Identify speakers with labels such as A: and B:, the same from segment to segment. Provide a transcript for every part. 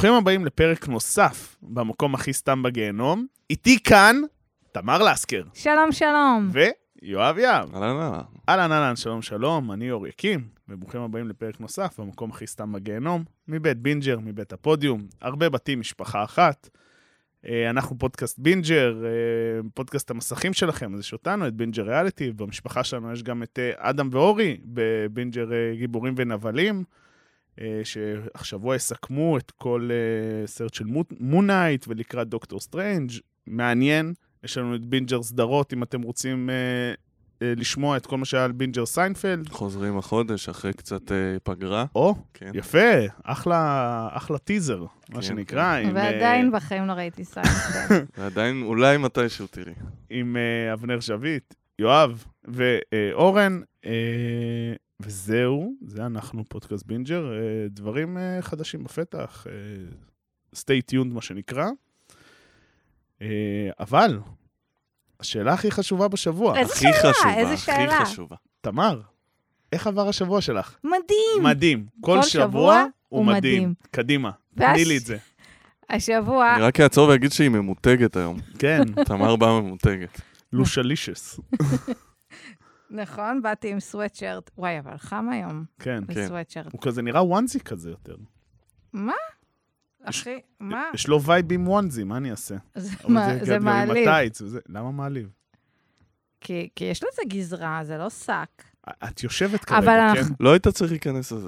A: ברוכים הבאים לפרק נוסף במקום הכי סתם בגיהנום. איתי כאן תמר לסקר.
B: שלום, שלום.
A: ויואב יהב.
C: אהלן.
A: אהלן, שלום, שלום. אני אור יקים, וברוכים הבאים לפרק נוסף במקום הכי סתם בגיהנום, מבית בינג'ר, מבית הפודיום. הרבה בתים, משפחה אחת. אנחנו פודקאסט בינג'ר, פודקאסט המסכים שלכם, אז יש אותנו, את בינג'ר ריאליטי, במשפחה שלנו יש גם את אדם ואורי, בבינג'ר גיבורים ונבלים, שהשבוע יסכמו את כל סרט של מונייט ולקראת דוקטור סטרנג'. מעניין, יש לנו את בינג'ר סדרות, אם אתם רוצים לשמוע את כל מה שהיה על בינג'ר סיינפלד.
C: חוזרים החודש אחרי קצת פגרה.
A: כן. יפה, אחלה טיזר, מה שנקרא.
B: ועדיין בחיים לא ראיתי סיינפלד.
C: ועדיין אולי מתישהו תראי.
A: עם אבנר שביט, יואב ואורן, וזהו, זה אנחנו פודקאסט בינג'ר, דברים חדשים בפתח, stay tuned מה שנקרא. אבל, השאלה הכי חשובה בשבוע.
B: איזה שאלה? איזה שאלה?
C: הכי חשובה.
A: תמר, איך עבר השבוע שלך?
B: מדהים.
A: מדהים. כל שבוע הוא מדהים. קדימה, תני לי את זה.
B: השבוע...
C: אני רק אעצור ואגיד שהיא ממותגת היום.
A: כן.
C: תמר באה ממותגת.
A: לושלישס.
B: נכון, באתי עם סווטשרט. וואי, אבל חם היום.
A: כן.
B: בסווטשרט.
A: הוא כזה נראה וואנזי כזה יותר.
B: מה? אחי, מה?
A: יש לו וייב עם וואנזי, מה אני אעשה?
B: זה מעליב.
A: למה מעליב?
B: כי יש לזה גזרה, זה לא שק.
A: את יושבת כרגע, כן?
C: לא היית צריך להיכנס לזה.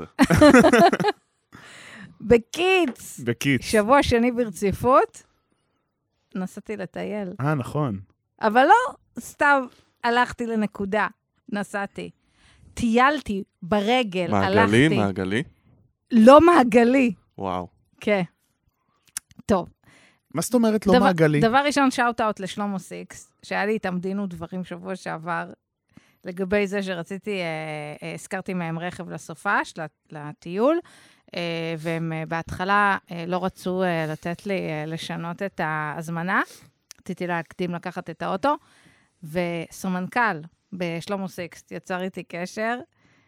B: בקיץ.
A: בקיץ.
B: שבוע שני ברציפות, נסעתי לטייל.
A: נכון.
B: אבל לא, סתם הלכתי לנקודה, נסעתי. טיילתי ברגל, הלכתי.
C: מעגלי?
B: לא מעגלי.
C: וואו.
B: כן. טוב.
A: מה זאת אומרת לא מעגלי?
B: דבר ראשון, שאוט-אוט לשלמה סיקס, שהיה לי איתם דין ודברים שבוע שעבר, לגבי זה שרציתי, הזכרתי מהם רכב לסופש, לטיול, והם בהתחלה לא רצו לתת לי לשנות את ההזמנה, רציתי להקדים לקחת את האוטו, וסמנכ"ל בשלמה סיקס יצר איתי קשר,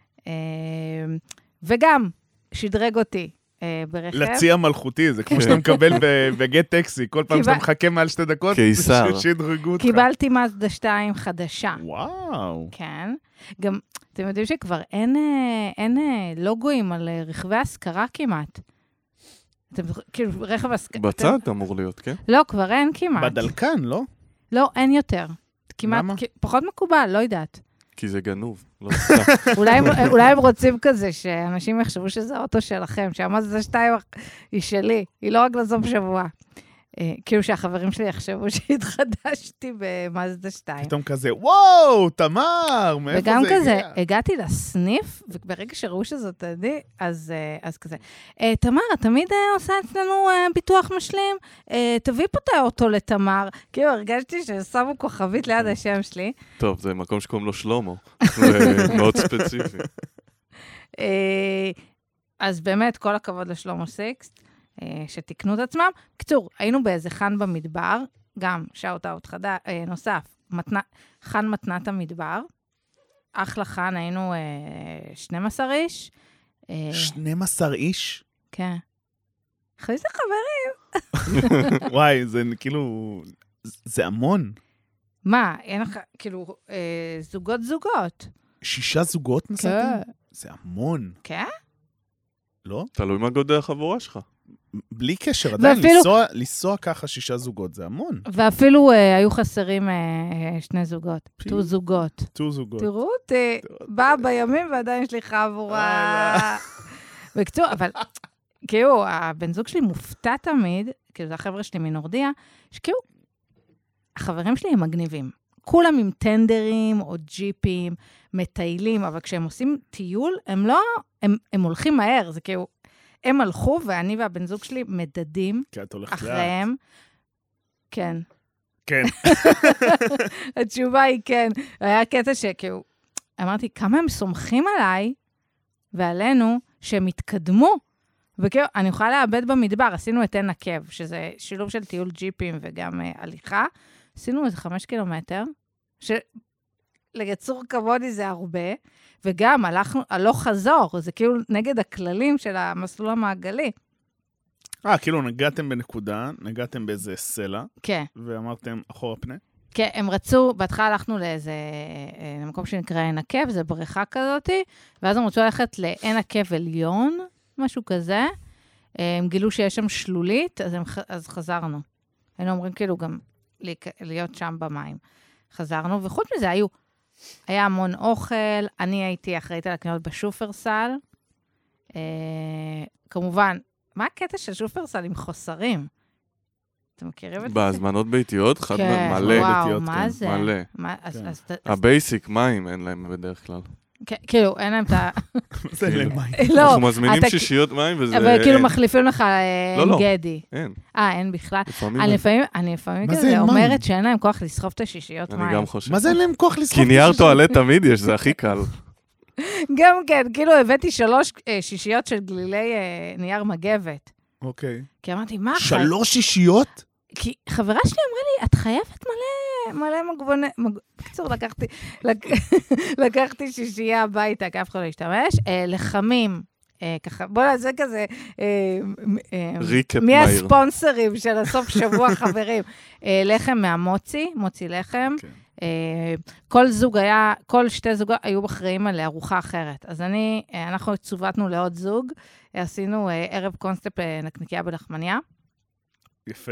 B: וגם שדרג אותי ברכב.
A: לצי המלכותי, זה כמו שאתה מקבל בגט טקסי, כל פעם שאתה מחכה מעל 2 דקות, שדרגו אותך.
B: קיבלתי מזדה 2 חדשה.
A: וואו.
B: כן. גם, אתם יודעים שכבר אין לוגויים על רכבי השכרה כמעט. כאילו, רכב השכרה...
C: בצד אמור להיות, כן?
B: לא, כבר אין כמעט.
A: בדלקן, לא?
B: לא, אין יותר. כמעט, פחות מקובל, לא יודעת.
C: כי זה גנוב, לא סתם.
B: אולי הם רוצים כזה, שאנשים יחשבו שזה האוטו שלכם, שהמזדה 2 היא שלי, היא לא רק לסוף שבוע. כאילו שהחברים שלי יחשבו שהתחדשתי במזדה 2.
A: פתאום כזה, וואו, תמר, מאיפה זה הגיע?
B: וגם כזה, הגעתי לסניף, וברגע שראו שזאת אני, אז כזה, תמר, את תמיד עושה אצלנו ביטוח משלים, תביא פה את האוטו לתמר, כאילו הרגשתי ששמו כוכבית ליד השם שלי.
C: טוב, זה מקום שקוראים לו שלמה, זה מאוד ספציפי.
B: אז באמת, כל הכבוד לשלמה סיקס, שתקנו את עצמם. קצור, היינו באיזה חן במדבר, גם שאוט-אוט נוסף, חן מתנת המדבר, אחלה חן, היינו 12 איש.
A: 12 איש?
B: כן. אחרי זה חברים.
A: וואי, זה כאילו, זה המון.
B: מה, אין לך, כאילו, זוגות. 6
A: זוגות נסעתם?
B: כן.
A: זה המון.
B: כן?
A: לא?
C: תלוי מה גודל החבורה שלך.
A: בלי קשר, עדיין, לנסוע ככה 6 זוגות, זה המון.
B: ואפילו היו חסרים 2 זוגות. 2 זוגות.
A: 2 זוגות.
B: תראו אותי, באה בימים ועדיין יש לי חבורה. בקצור, אבל כאילו, הבן זוג שלי מופתע תמיד, כאילו זה החבר'ה שלי מנורדיה, שכאילו, החברים שלי הם מגניבים. כולם עם טנדרים או ג'יפים, מטיילים, אבל כשהם עושים טיול, הם לא, הם הולכים מהר, זה כאילו, הם הלכו, ואני והבן זוג שלי מדדים אחריהם. כן.
A: כן.
B: התשובה היא כן. היה קטע שכאילו, אמרתי, כמה הם סומכים עליי ועלינו שהם התקדמו, וכאילו, אני יכולה לאבד במדבר, עשינו את עין עקב, שזה שילוב של טיול ג'יפים וגם הליכה, עשינו איזה 5 קילומטר, ליצור כבודי זה הרבה, וגם הלכנו, הלוך חזור, זה כאילו נגד הכללים של המסלול המעגלי.
A: כאילו נגעתם בנקודה, נגעתם באיזה סלע,
B: כן.
A: ואמרתם אחורה פנה?
B: כן, הם רצו, בהתחלה הלכנו למקום שנקרא עין עקב, זה בריכה כזאת, ואז הם רצו ללכת לעין עקב עליון, משהו כזה. הם גילו שיש שם שלולית, אז חזרנו. היינו אומרים כאילו גם להיות שם במים. חזרנו, וחוץ מזה היה המון אוכל, אני הייתי אחראית על הקניות בשופרסל. כמובן, מה הקטע של שופרסל עם חוסרים? אתם מכירים את זה?
C: בהזמנות ביתיות,
B: כן,
C: מלא.
B: וואו, מה זה?
C: מלא. הבייסיק מים אין להם בדרך כלל.
B: כאילו, אין להם את ה...
A: זה למים.
C: אנחנו מזמינים שישיות מים וזה...
B: אבל כאילו מחליפים לך עם גדי.
C: אין.
B: אין בכלל. אני לפעמים
A: מה זה
B: כזה
A: אין מים?
B: אומרת שאין להם כוח לסחוב את השישיות מים.
C: אני גם חושב.
A: מה זה אין להם כוח לסחוב?
C: כי נייר טואלט תמיד יש, זה הכי קל.
B: גם כן, כאילו הבאתי 3 שישיות של גלילי נייר מגבת.
A: אוקיי.
B: כי אמרתי, מה?
A: 3 שישיות?
B: כי חברה שלי אמרה לי, את חייבת מלא מגבוני... בקיצור, לקחתי שישייה הביתה, כי אף אחד לא השתמש. לחמים, ככה, בוא נעשה כזה...
C: ריקט
B: מי
C: מהיר.
B: הספונסרים של הסוף שבוע, חברים? לחם מהמוצי, מוצי לחם. כל 2 זוג היו אחראים על ארוחה אחרת. אז אנחנו צוותנו לעוד זוג, עשינו ערב קונספט נקניקיה בלחמניה.
A: יפה.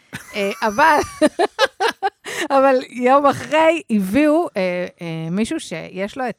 B: אבל יום אחרי הביאו מישהו שיש לו את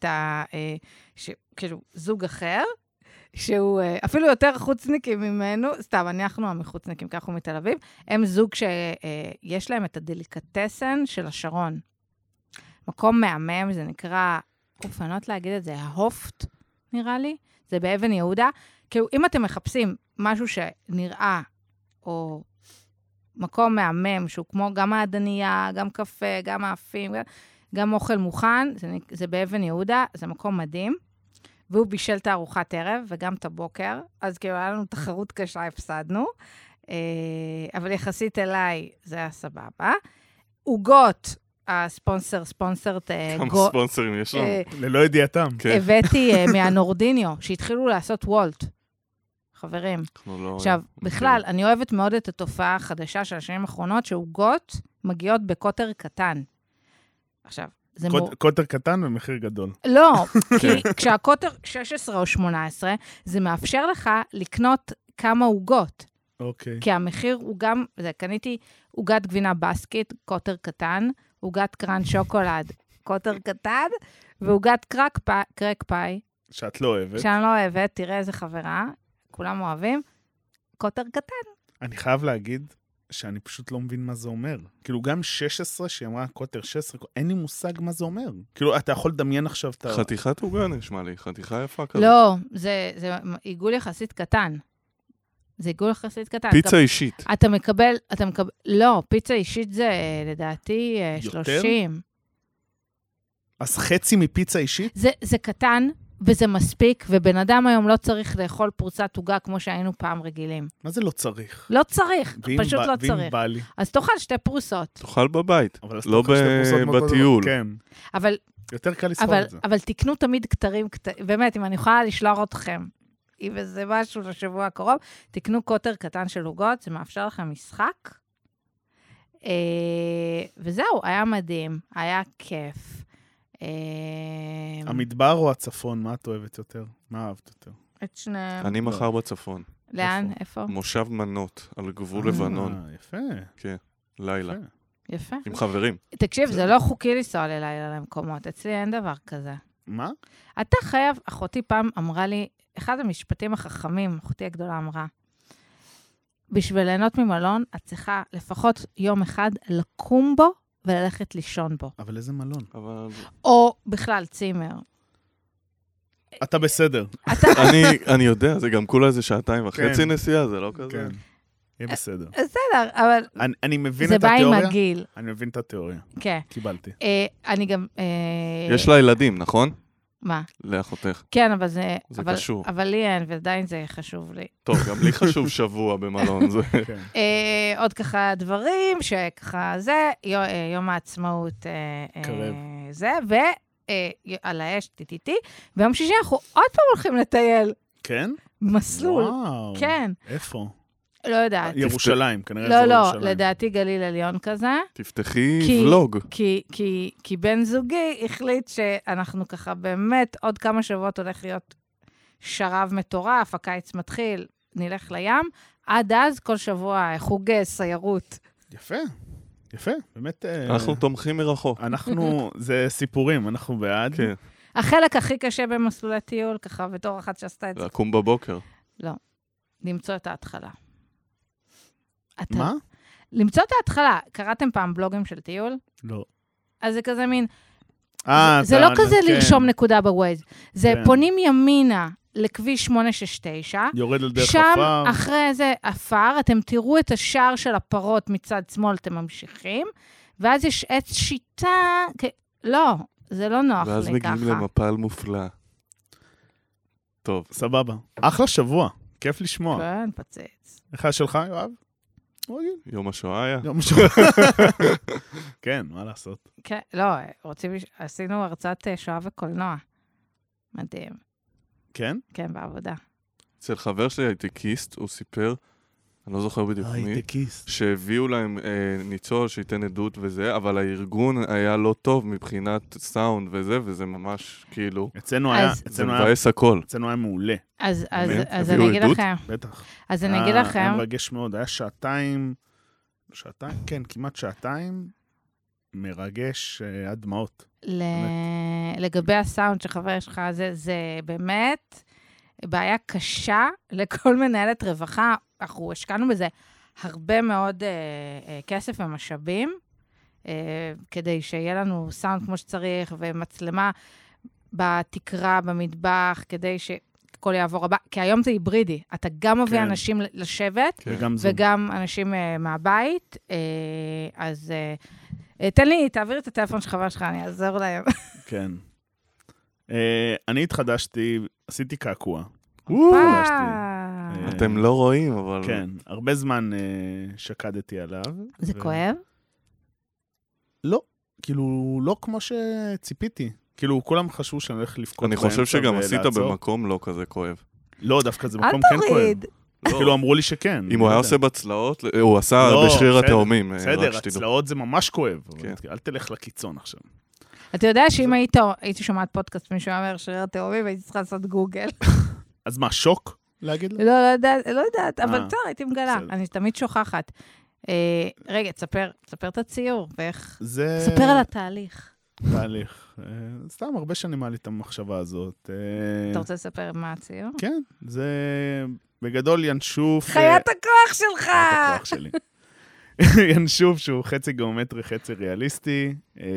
B: כאילו זוג אחר, שהוא אפילו יותר חוצניקים ממנו, סתם, אנחנו המחוצניקים, ככה הוא מתל אביב, הם זוג שיש להם את הדליקטסן של השרון. מקום מהמם, זה נקרא, אני לא יודעת להגיד את זה, ההופט, נראה לי, זה באבן יהודה. כאילו, אם אתם מחפשים משהו שנראה, או מקום מהמם, שהוא כמו גם העדנייה, גם קפה, גם מאפים, גם אוכל מוכן, זה באבן יהודה, זה מקום מדהים, והוא בישל את הארוחת ערב, וגם את הבוקר, אז כאילו היה לנו תחרות קשה, הפסדנו, אבל יחסית אליי, זה היה סבבה. עוגות, ספונסרת...
C: כמה ספונסרים יש לנו?
A: ללא ידיעתם.
B: הבאתי מהנורדיניו, שהתחילו לעשות וולט. חברים. עכשיו, בכלל, אני אוהבת מאוד את התופעה החדשה של השנים האחרונות, שעוגות מגיעות בקוטר קטן. עכשיו, זה
A: קוטר קטן ומחיר גדול.
B: לא, כי כשהקוטר 16 או 18, זה מאפשר לך לקנות כמה עוגות.
A: אוקיי.
B: כי המחיר הוא גם, קניתי עוגת גבינה בסקית, קוטר קטן, עוגת קרן שוקולד, קוטר קטן, ועוגת קרק פאי.
A: שאת לא אוהבת.
B: שאני לא אוהבת, תראה איזה חברה, כולם אוהבים, קוטר קטן.
A: אני חייב להגיד שאני פשוט לא מבין מה זה אומר. כאילו, גם 16, שהיא אמרה קוטר 16, אין לי מושג מה זה אומר. כאילו, אתה יכול לדמיין עכשיו את ה...
C: חתיכת עוגה נשמע לי, חתיכה יפה כזאת.
B: לא, זה עיגול יחסית קטן. זה עיגול יחסית קטן.
C: פיצה אישית.
B: אתה מקבל, לא, פיצה אישית זה לדעתי 30.
A: אז חצי מפיצה אישית?
B: זה קטן, וזה מספיק, ובן אדם היום לא צריך לאכול פרוסת עוגה כמו שהיינו פעם רגילים.
A: מה זה לא צריך?
B: לא צריך, פשוט לא צריך.
A: ואם בא לי?
B: אז תאכל 2 פרוסות.
C: תאכל בבית, לא בטיול.
A: כן.
B: אבל...
A: יותר קל לספור את זה.
B: אבל תקנו תמיד כתרים, באמת, אם אני יכולה לשלוח אתכם, אם זה משהו לשבוע הקרוב, תקנו קוטר קטן של עוגות, זה מאפשר לכם משחק. וזהו, היה מדהים, היה כיף.
A: המדבר או הצפון, מה את אוהבת יותר? מה אהבת יותר?
B: את שניהם.
C: אני מחר בצפון.
B: לאן? איפה?
C: מושב מנות, על גבול לבנון.
A: יפה.
C: כן, לילה.
B: יפה.
C: עם חברים.
B: תקשיב, זה לא חוקי לנסוע ללילה למקומות, אצלי אין דבר כזה.
A: מה?
B: אתה חייב, אחותי פעם אמרה לי, אחד המשפטים החכמים, אחותי הגדולה אמרה, בשביל ליהנות ממלון, את צריכה לפחות יום אחד לקום בו, וללכת לישון בו.
A: אבל איזה מלון?
B: או בכלל צימר.
A: אתה בסדר.
C: אני יודע, זה גם כולה איזה 2.5 נסיעה, זה לא כזה.
A: כן, יהיה בסדר.
B: בסדר, אבל...
A: אני מבין את התיאוריה.
B: זה בא עם הגיל.
A: אני מבין את התיאוריה.
B: כן.
A: קיבלתי.
B: אני גם...
C: יש לה ילדים, נכון?
B: מה?
C: לאחותך.
B: כן, אבל זה...
C: זה קשור.
B: אבל לי אין, ועדיין זה חשוב לי.
C: טוב, גם לי חשוב שבוע במלון.
B: עוד ככה דברים, שככה זה, יום העצמאות זה, ועל האש, טיטיטי, ביום שישי אנחנו עוד פעם הולכים לטייל.
A: כן?
B: מסלול.
A: וואו.
B: כן.
A: איפה?
B: לא יודעת.
A: ירושלים, כנראה
B: לא,
A: זה
B: לא,
A: ירושלים.
B: לדעתי גליל עליון כזה.
C: תפתחי ולוג.
B: כי בן זוגי החליט שאנחנו ככה באמת עוד כמה שבועות הולך להיות שרב מטורף, הקיץ מתחיל, נלך לים. עד אז כל שבוע חוג סיירות.
A: יפה, באמת...
C: אנחנו תומכים מרחוק.
A: זה סיפורים, אנחנו בעד.
C: כן.
B: החלק הכי קשה במסלולי טיול, ככה, בתור אחת שעשתה את זה.
C: לקום בבוקר.
B: לא, למצוא את ההתחלה.
A: מה?
B: למצוא את ההתחלה. קראתם פעם בלוגים של טיול?
A: לא.
B: אז זה כזה מין... זה לא כזה לרשום נקודה בווייז. זה פונים ימינה לכביש 869.
A: יורד על דרך
B: שם,
A: אפר.
B: אחרי איזה אפר, אתם תראו את השער של הפרות מצד שמאל, אתם ממשיכים, ואז יש עץ שיטה... לא, זה לא נוח לי ככה.
C: ואז מגיעים למפל מופלא. טוב.
A: סבבה. אחלה שבוע. כיף לשמוע.
B: כן, פצץ.
A: איך שלך, יואב?
C: יום השואה היה?
A: יום השואה. כן, מה לעשות?
B: כן, לא, עשינו הרצאת שואה וקולנוע. מדהים.
A: כן?
B: כן, בעבודה.
C: אצל חבר שלי הייטקיסט, הוא סיפר, אני לא זוכר בדיוק מי,
A: הייטקיסט.
C: שהביאו להם ניצול שייתן עדות וזה, אבל הארגון היה לא טוב מבחינת סאונד וזה, וזה ממש כאילו... זה מבאס הכל.
A: אצלנו היה מעולה.
B: אז אני אגיד לכם.
A: בטח.
B: אז אני אגיד לכם.
A: היה מרגש מאוד, היה שעתיים, כן, כמעט שעתיים, מרגש עד דמעות.
B: לגבי הסאונד שחבר שלך, זה באמת בעיה קשה לכל מנהלת רווחה. אנחנו השקענו בזה הרבה מאוד כסף ומשאבים, כדי שיהיה לנו סאונד כמו שצריך, ומצלמה בתקרה, במטבח, כדי שהכל יעבור הבא. כי היום זה היברידי. אתה גם מביא אנשים לשבת, וגם אנשים מהבית. אז תן לי, תעביר את הטלפון של חבר שלך, אני אעזור להם.
A: כן. אני התחדשתי, עשיתי קעקוע.
C: אתם לא רואים, אבל...
A: כן, הרבה זמן שקדתי עליו.
B: זה כואב?
A: לא, כאילו, לא כמו שציפיתי. כאילו, כולם חשבו שאני הולך לפקוד באמצע
C: ולעצור. אני חושב שגם עשית במקום לא כזה כואב.
A: לא, דווקא זה מקום כן כואב. כאילו, אמרו לי שכן.
C: אם הוא היה עושה בצלעות, הוא עשה בשריר התאומים.
A: בסדר, הצלעות זה ממש כואב. אל תלך לקיצון עכשיו.
B: אתה יודע שאם הייתי שומעת פודקאסט מישהו אומר שריר התאומים, הייתי צריכה לעשות גוגל.
A: אז מה, שוק להגיד לו?
B: לא יודעת, אבל טוב, הייתי מגלה. אני תמיד שוכחת. רגע, תספר את הציור, ואיך... ספר על התהליך.
A: תהליך. סתם הרבה שנים היה לי את המחשבה הזאת.
B: אתה רוצה לספר מה הציור?
A: כן, זה בגדול ינשוף...
B: חיית הכוח שלך!
A: חיית הכוח שלי. ינשוף שהוא חצי גיאומטרי, חצי ריאליסטי.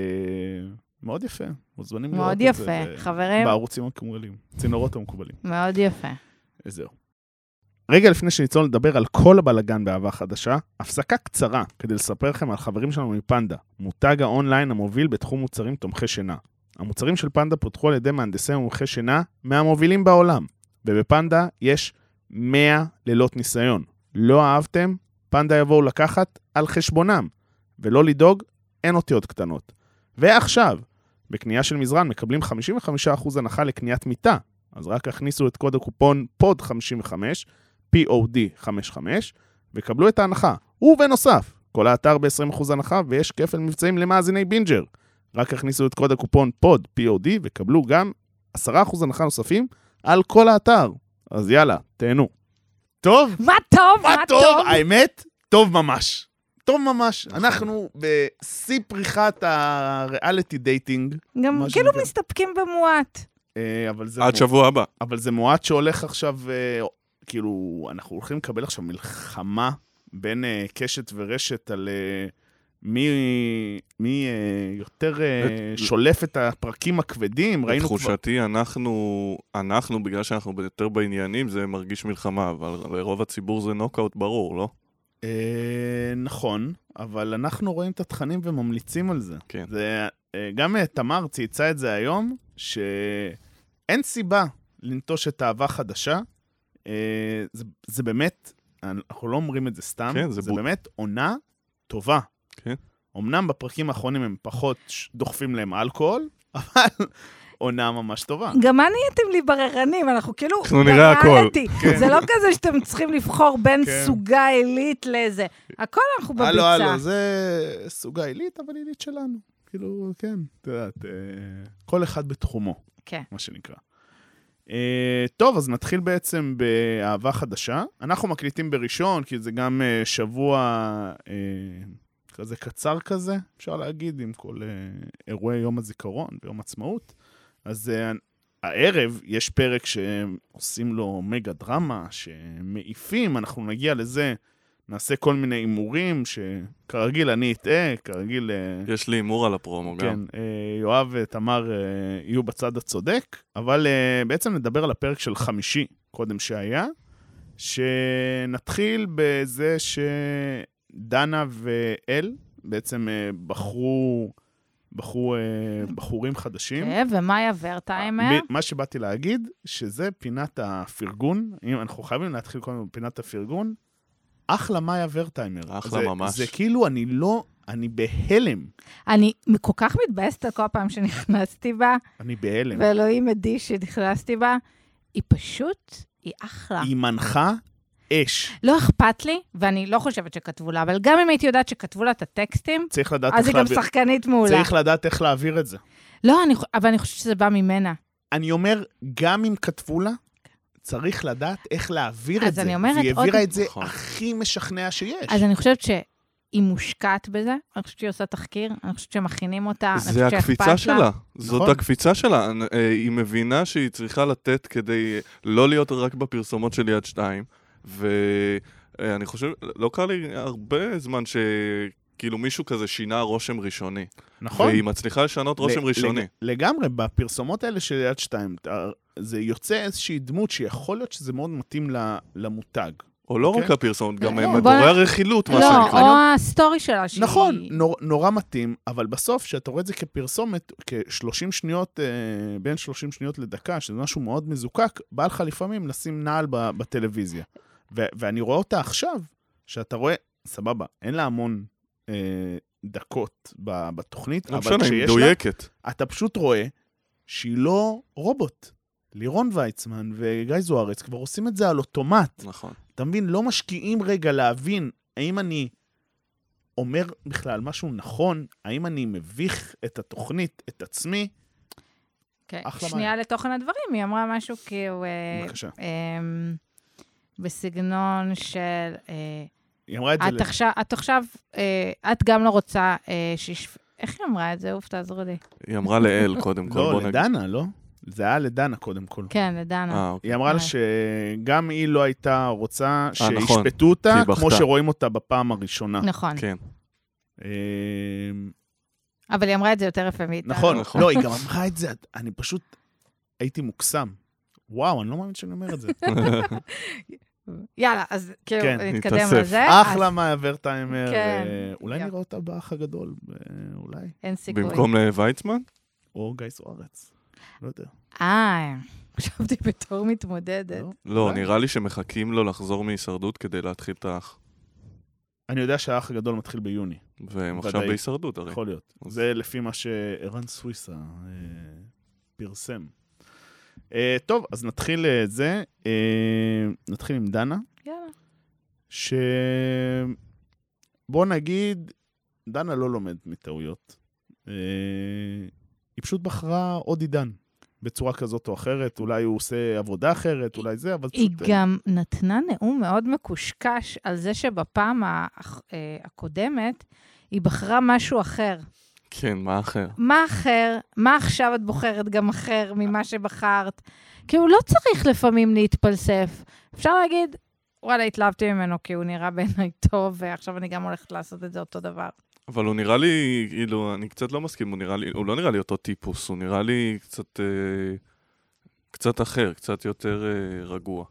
A: מאוד יפה. מוזמנים לראות את זה.
B: מאוד יפה, חברים.
A: בערוצים המקובלים. צינורות המקובלים.
B: מאוד יפה.
A: זהו. רגע לפני שניצול לדבר על כל הבלגן באהבה חדשה, הפסקה קצרה כדי לספר לכם על חברים שלנו מפנדה, מותג האונליין המוביל בתחום מוצרים תומכי שינה. המוצרים של פנדה פותחו על ידי מהנדסי מומחי שינה מהמובילים בעולם, ובפנדה יש 100 לילות ניסיון. לא אהבתם? פנדה יבואו לקחת על חשבונם, ולא לדאוג, אין אותיות קטנות. ועכשיו, בקנייה של מזרן מקבלים 55% הנחה לקניית מיטה, אז רק הכניסו את קוד הקופון POD 55, POD 55, וקבלו את ההנחה. ובנוסף, כל האתר ב-20% הנחה, ויש כפל מבצעים למאזיני בינג'ר. רק הכניסו את קוד הקופון POD, POD, וקבלו גם 10% הנחה נוספים על כל האתר. אז יאללה, תהנו. טוב?
B: מה טוב?
A: מה טוב? האמת, טוב ממש. טוב ממש. אנחנו בשיא פריחת הריאליטי דייטינג.
B: גם כאילו מסתפקים במועט.
C: עד שבוע הבא.
A: אבל זה מועט שהולך עכשיו, כאילו, אנחנו הולכים לקבל עכשיו מלחמה בין קשת ורשת על מי יותר שולף את הפרקים הכבדים.
C: בתחושתי, אנחנו, בגלל שאנחנו יותר בעניינים, זה מרגיש מלחמה, אבל לרוב הציבור זה נוקאוט ברור, לא?
A: נכון, אבל אנחנו רואים את התכנים וממליצים על זה.
C: כן.
A: גם תמר צייצה את זה היום, שאין סיבה לנטוש את אהבה חדשה. זה באמת, אנחנו לא אומרים את זה סתם,
C: כן,
A: זה באמת עונה טובה.
C: כן.
A: אמנם בפרקים האחרונים הם פחות דוחפים להם אלכוהול, אבל עונה ממש טובה.
B: גם מה נהייתם לי בררנים? אנחנו כאילו...
C: אנחנו נראה הכל.
B: זה לא כזה שאתם צריכים לבחור בין סוגה עילית לזה. הכל אנחנו בביצה.
A: הלו, זה סוגה עילית, אבל עילית שלנו. כאילו, כן, את יודעת, כל אחד בתחומו, מה שנקרא. טוב, אז נתחיל בעצם באהבה חדשה. אנחנו מקליטים בראשון, כי זה גם שבוע כזה קצר כזה, אפשר להגיד, עם כל אירועי יום הזיכרון ויום עצמאות. אז הערב יש פרק שעושים לו מגה דרמה, שמעיפים, אנחנו נגיע לזה, נעשה כל מיני אימורים, שכרגיל אני אטעה, כרגיל...
C: יש לי אימור על הפרומו גם.
A: כן, יואב ותמר יהיו בצד הצודק, אבל בעצם נדבר על הפרק של חמישי, קודם שהיה, שנתחיל בזה שדנה ואל בעצם בחרו בחורים חדשים.
B: ומאיה ורטהיימר.
A: מה שבאתי להגיד, שזה פינת הפרגון, אם אנחנו חייבים להתחיל קודם בפינת הפרגון, אחלה מאיה ורטהיימר.
C: אחלה ממש.
A: זה כאילו, אני בהלם.
B: אני כל כך מתבאסת כל פעם שנכנסתי בה.
A: אני בהלם.
B: ואלוהים עדי שנכנסתי בה. היא פשוט, היא אחלה.
A: היא מנחה אש.
B: לא אכפת לי, ואני לא חושבת שכתבו לה, אבל גם אם הייתי יודעת שכתבו לה את הטקסטים, אז היא גם שחקנית מעולה.
A: צריך לדעת איך להעביר את זה.
B: לא, אבל אני חושבת שזה בא ממנה.
A: אני אומר, גם אם כתבו לה, צריך לדעת איך להעביר את זה.
B: אני אומרת,
A: והיא העבירה את זה הכי משכנע שיש.
B: אז אני חושבת שהיא מושקעת בזה, אני חושבת שהיא עושה תחקיר, אני חושבת שמכינים אותה,
C: זה הקפיצה שלה, זאת הקפיצה שלה. היא מבינה שהיא צריכה לתת כדי לא להיות רק בפרסומות של יד 2, ואני חושב, לא קרה לי הרבה זמן שכאילו מישהו כזה שינה רושם ראשוני.
A: נכון.
C: והיא מצליחה לשנות רושם ראשוני.
A: לגמרי, בפרסומות האלה של יד 2, זה יוצא איזושהי דמות שיכול להיות שזה מאוד מתאים למותג.
C: או לא רק הפרסומות, גם מדורי הרכילות, מה שנקרא.
B: לא, או הסטורי שלה.
A: נכון, נורא מתאים, אבל בסוף, שאתה רואה את זה כפרסומת, כ-30 שניות, בין 30 שניות לדקה, שזה משהו מאוד מזוקק, בא לך לפעמים לשים נעל בטלוויזיה. ואני רואה אותה עכשיו, שאתה רואה, סבבה, אין לה המון דקות בתוכנית, אבל כשיש לה, אתה פשוט רואה שהיא לא רובוט. לירון ויצמן וגיא זוארץ כבר עושים את זה על אוטומט.
C: נכון.
A: אתה מבין, לא משקיעים רגע להבין האם אני אומר בכלל משהו נכון, האם אני מביך את התוכנית, את עצמי.
B: כן, שנייה לתוכן הדברים, היא אמרה משהו כאילו...
A: בבקשה.
B: בסגנון של...
A: היא אמרה את זה...
B: את עכשיו, את גם לא רוצה... איך היא אמרה את זה? אוף, תעזרו לי.
C: היא אמרה לאל קודם כל.
A: לא, לדנה, לא? זה היה לדנה קודם כל.
B: כן, לדנה.
A: היא אמרה לה שגם היא לא הייתה רוצה שישפטו אותה, כמו שרואים אותה בפעם הראשונה.
B: נכון.
C: כן.
B: אבל היא אמרה את זה יותר יפה מאיתנו.
A: נכון, לא, היא גם אמרה את זה, אני פשוט הייתי מוקסם. וואו, אני לא מאמין שאני אומר את זה.
B: יאללה, אז כאילו נתקדם על זה.
A: אחלה מאיה ורטהיימר. אולי נראה אותה באח הגדול, אולי.
B: אין סיכוי.
C: במקום לויצמן?
A: או גיא זוארץ. לא יודע.
B: חשבתי בתור מתמודדת.
C: לא, נראה לי שמחכים לו לחזור מהישרדות כדי להתחיל את האח.
A: אני יודע שהאח הגדול מתחיל ביוני.
C: והם עכשיו בהישרדות, הרי.
A: יכול להיות. זה לפי מה שערן סוויסה פרסם. טוב, אז נתחיל זה. נתחיל עם דנה.
B: יאללה.
A: בוא נגיד, דנה לא לומד מטעויות. היא פשוט בחרה עוד עידן. בצורה כזאת או אחרת, אולי הוא עושה עבודה אחרת, אולי זה, אבל
B: היא גם נתנה נאום מאוד מקושקש על זה שבפעם הקודמת היא בחרה משהו אחר.
C: כן, מה אחר?
B: מה אחר? מה עכשיו את בוחרת גם אחר ממה שבחרת? כי הוא לא צריך לפעמים להתפלסף. אפשר להגיד, וואלה, התלהבתי ממנו כי הוא נראה בעיניי טוב, ועכשיו אני גם הולכת לעשות את זה אותו דבר.
C: אבל הוא נראה לי, כאילו, אני קצת לא מסכים, הוא לא נראה לי אותו טיפוס, הוא נראה לי קצת אחר, קצת יותר רגוע.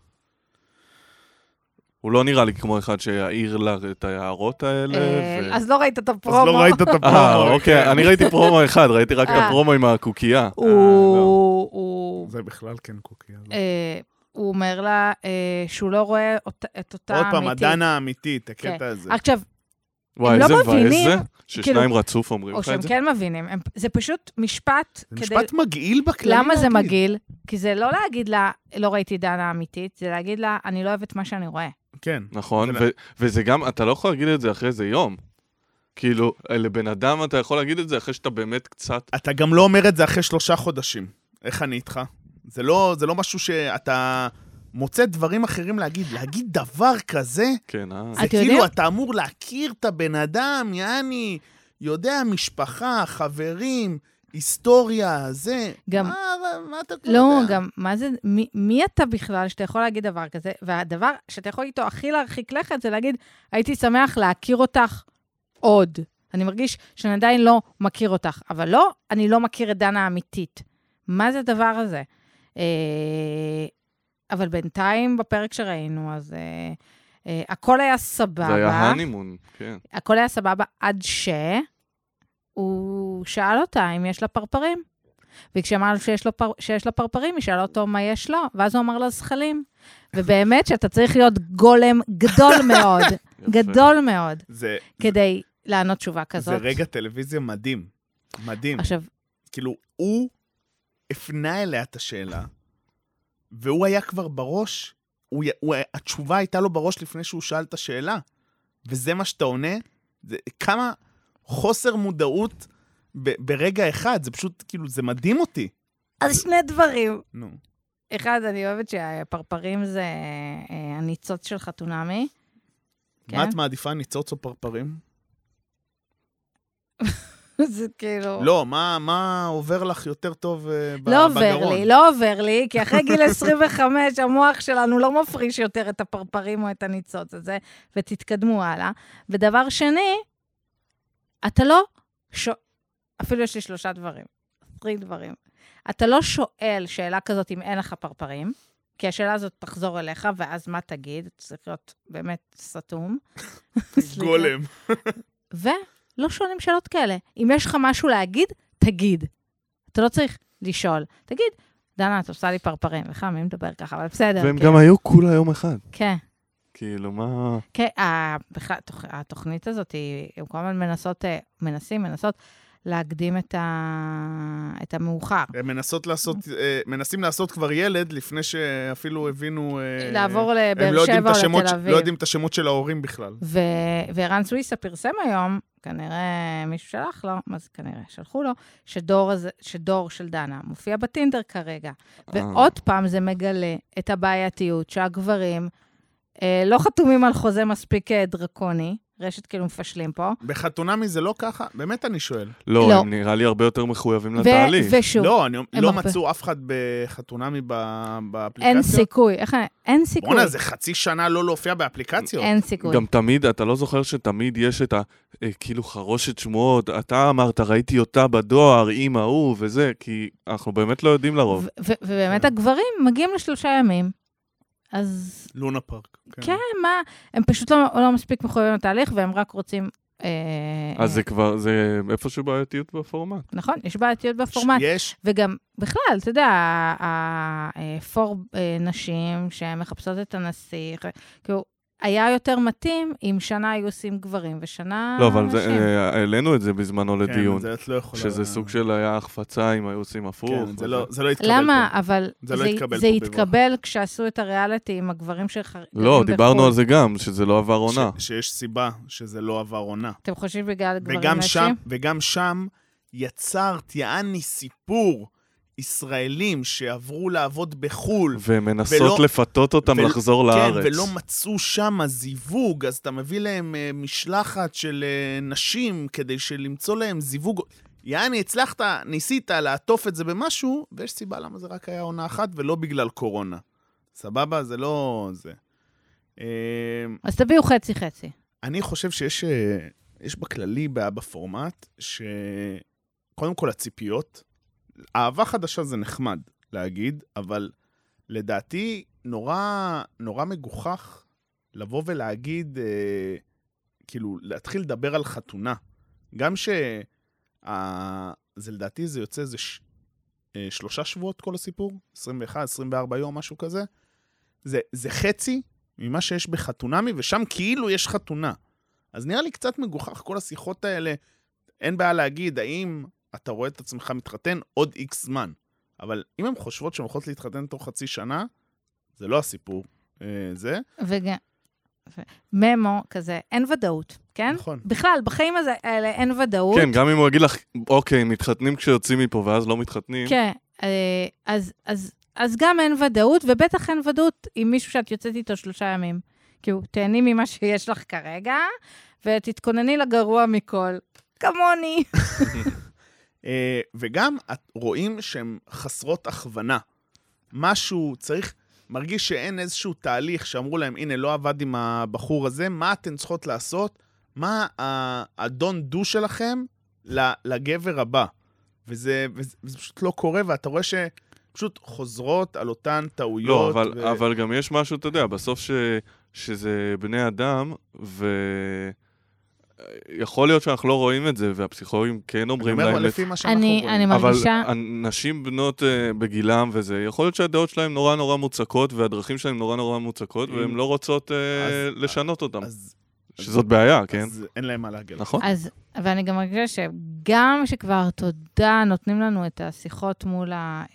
C: הוא לא נראה לי כמו אחד שיעיר לה את ההערות האלה.
B: אז לא ראית את הפרומו.
A: אז לא ראית את הפרומו.
C: אוקיי, אני ראיתי פרומו אחד, ראיתי רק את הפרומו עם הקוקייה.
A: זה בכלל כן קוקייה.
B: הוא אומר לה שהוא לא רואה את אותה
A: עוד
B: אמיתית.
A: פעם, הדנה האמיתית, הקטע הזה.
B: עכשיו,
C: וואי,
B: לא
C: איזה
B: מבינים,
C: מבאס זה, ששניים רצוף אומרים
B: או
C: לך
B: שהם
C: את זה.
B: כן מבינים. זה פשוט משפט
A: זה משפט מגעיל בכללי
B: למה זה
A: להגיד.
B: מגעיל? כי זה לא להגיד לה, לא ראיתי דנה אמיתית, זה להגיד לה, אני לא אוהבת מה שאני רואה.
A: כן.
C: נכון,
A: זה
C: וזה גם, אתה לא יכול להגיד את זה אחרי איזה יום. כאילו, לבן אדם אתה יכול להגיד את זה אחרי שאתה באמת קצת...
A: אתה גם לא אומר את זה אחרי 3 חודשים. איך אני איתך? זה לא משהו שאתה מוצא דברים אחרים להגיד. להגיד דבר כזה,
C: כן,
A: זה כאילו אתה אמור להכיר את הבן אדם, יעני, יודע, משפחה, חברים, היסטוריה, זה.
B: גם...
A: מה אתה כבר
B: לא,
A: יודע?
B: גם, מה זה, מי אתה בכלל שאתה יכול להגיד דבר כזה? והדבר שאתה יכול איתו הכי להרחיק לכת זה להגיד, הייתי שמח להכיר אותך עוד. אני מרגיש שאני עדיין לא מכיר אותך, אבל לא, אני לא מכיר את דנה האמיתית. מה זה הדבר הזה? אבל בינתיים בפרק שראינו, אז הכל היה סבבה.
C: זה היה הנימון, כן.
B: הכל היה סבבה עד שהוא שאל אותה אם יש לה פרפרים. וכשאמר לו שיש לו פרפרים, היא שאלה אותו מה יש לו, ואז הוא אמר לה זחלים. ובאמת שאתה צריך להיות גולם גדול מאוד, גדול מאוד, כדי לענות תשובה כזאת.
A: זה רגע טלוויזיה מדהים. מדהים.
B: עכשיו,
A: כאילו, הוא הפנה אליה את השאלה, והוא היה כבר בראש, התשובה הייתה לו בראש לפני שהוא שאל את השאלה, וזה מה שאתה עונה, כמה חוסר מודעות ברגע אחד, זה פשוט, כאילו, זה מדהים אותי.
B: אז שני דברים.
A: נו.
B: אחד, אני אוהבת שהפרפרים זה הניצוץ של חתונמי.
A: מה את מעדיפה, ניצוץ או פרפרים?
B: זה כאילו...
A: לא, מה עובר לך יותר טוב בגרון?
B: לא עובר לי, כי אחרי גיל 25 המוח שלנו לא מפריש יותר את הפרפרים או את הניצוץ הזה, ותתקדמו הלאה. ודבר שני, אתה לא... אפילו יש לי 3 דברים. אתה לא שואל שאלה כזאת אם אין לך פרפרים, כי השאלה הזאת תחזור אליך, ואז מה תגיד? צריך להיות באמת סתום.
A: גולם.
B: ולא שואלים שאלות כאלה. אם יש לך משהו להגיד, תגיד. אתה לא צריך לשאול. תגיד, דנה, את עושה לי פרפרים. וכמה, מי מדבר ככה, אבל בסדר.
C: והם גם היו כולה יום אחד.
B: כן.
C: כאילו, מה...
B: כן, בכלל, התוכנית הזאת, הם כל הזמן מנסות להקדים את המאוחר.
A: הם מנסים לעשות כבר ילד, לפני שאפילו הבינו...
B: לעבור לבאר שבע או לתל אביב.
A: לא יודעים את השמות של ההורים בכלל.
B: וערן סוויסה פרסם היום, כנראה מישהו שלח לו, מה זה כנראה? שלחו לו, שדור של דנה מופיע בטינדר כרגע. ועוד פעם זה מגלה את הבעייתיות שהגברים לא חתומים על חוזה מספיק דרקוני, רשת כאילו מפשלים פה.
A: בחתונמי זה לא ככה? באמת אני שואל.
C: לא, הם נראה לי הרבה יותר מחויבים לתהליך.
B: ושוב.
A: לא מצאו אף אחד בחתונמי באפליקציות?
B: אין סיכוי. אין סיכוי.
A: בונה, זה חצי שנה לא להופיע באפליקציות.
B: אין סיכוי.
C: גם תמיד, אתה לא זוכר שתמיד יש את כאילו חרושת שמועות, אתה אמרת, ראיתי אותה בדואר, אמא הוא וזה, כי אנחנו באמת לא יודעים לרוב.
B: ובאמת הגברים מגיעים ל3 ימים. אז...
A: לונה פארק.
B: כן, מה? הם פשוט לא מספיק מחויבים לתהליך, והם רק רוצים...
C: אז זה כבר, זה איפשהו בעייתיות בפורמט.
B: נכון, יש בעייתיות בפורמט.
A: יש.
B: וגם, בכלל, אתה יודע, פור נשים שמחפשות את הנסיך, כאילו, היה יותר מתאים אם שנה היו עושים גברים ושנה
C: לא, אבל
B: נשים.
C: העלינו את זה בזמנו לדיון.
A: כן, זה לא יכולה...
C: שזה סוג של היה החפצה אם היו עושים הפוך.
A: כן, זה לא התקבל פה.
B: למה? אבל
A: זה
B: התקבל כשעשו את הריאליטי עם הגברים שגרים בחו"ל.
C: לא, דיברנו על זה גם, שזה לא עבר עונה.
A: שיש סיבה שזה לא עבר עונה.
B: אתם חושבים בגלל גברים נשים?
A: וגם שם יצרת, יעני סיפור, ישראלים שעברו לעבוד בחול.
C: ומנסות לפתות אותם לחזור לארץ.
A: כן, ולא מצאו שם זיווג, אז אתה מביא להם משלחת של נשים כדי למצוא להם זיווג. יעני, הצלחת, ניסית לעטוף את זה במשהו, ויש סיבה למה זה רק היה עונה אחת, ולא בגלל קורונה. סבבה? זה לא זה.
B: אז תביאו חצי-חצי.
A: אני חושב שיש בכללי בעיה בפורמט, שקודם כל הציפיות, אהבה חדשה זה נחמד להגיד, אבל לדעתי נורא מגוחך לבוא ולהגיד, כאילו, להתחיל לדבר על חתונה. גם זה לדעתי זה יוצא איזה 3 שבועות כל הסיפור, 21, 24 יום, משהו כזה. זה חצי ממה שיש בחתונמי, ושם כאילו יש חתונה. אז נראה לי קצת מגוחך כל השיחות האלה. אין בעיה להגיד, האם אתה רואה את עצמך מתחתן עוד איקס זמן. אבל אם הן חושבות שהן הולכות להתחתן תוך חצי שנה, זה לא הסיפור. זה.
B: וגם, ממו כזה, אין ודאות, כן?
A: נכון.
B: בכלל, בחיים האלה אין ודאות.
C: כן, גם אם הוא יגיד לך, אוקיי, מתחתנים כשיוצאים מפה ואז לא מתחתנים.
B: כן, אז גם אין ודאות, ובטח אין ודאות עם מישהו שאת יוצאת איתו 3 ימים. כאילו, תהני ממה שיש לך כרגע, ותתכונני לגרוע מכל. כמוני.
A: וגם רואים שהן חסרות הכוונה. משהו צריך, מרגיש שאין איזשהו תהליך שאמרו להם, הנה, לא עבד עם הבחור הזה, מה אתן צריכות לעשות? מה ה-don't do שלכם לגבר הבא? וזה פשוט לא קורה, ואתה רואה שפשוט חוזרות על אותן טעויות.
C: לא, אבל גם יש משהו, אתה יודע, בסוף שזה בני אדם, יכול להיות שאנחנו לא רואים את זה, והפסיכולוגים כן אומרים להם...
A: לפי מה שאנחנו רואים.
B: אני מרגישה...
C: אבל נשים בנות בגילם וזה, יכול להיות שהדעות שלהם נורא נורא מוצקות, והדרכים שלהם נורא נורא מוצקות, והן לא רוצות לשנות אותם. שזאת בעיה, כן?
A: אז אין להם מה להגל.
C: נכון.
B: ואני גם מרגישה שגם שכבר תודה נותנים לנו את השיחות מול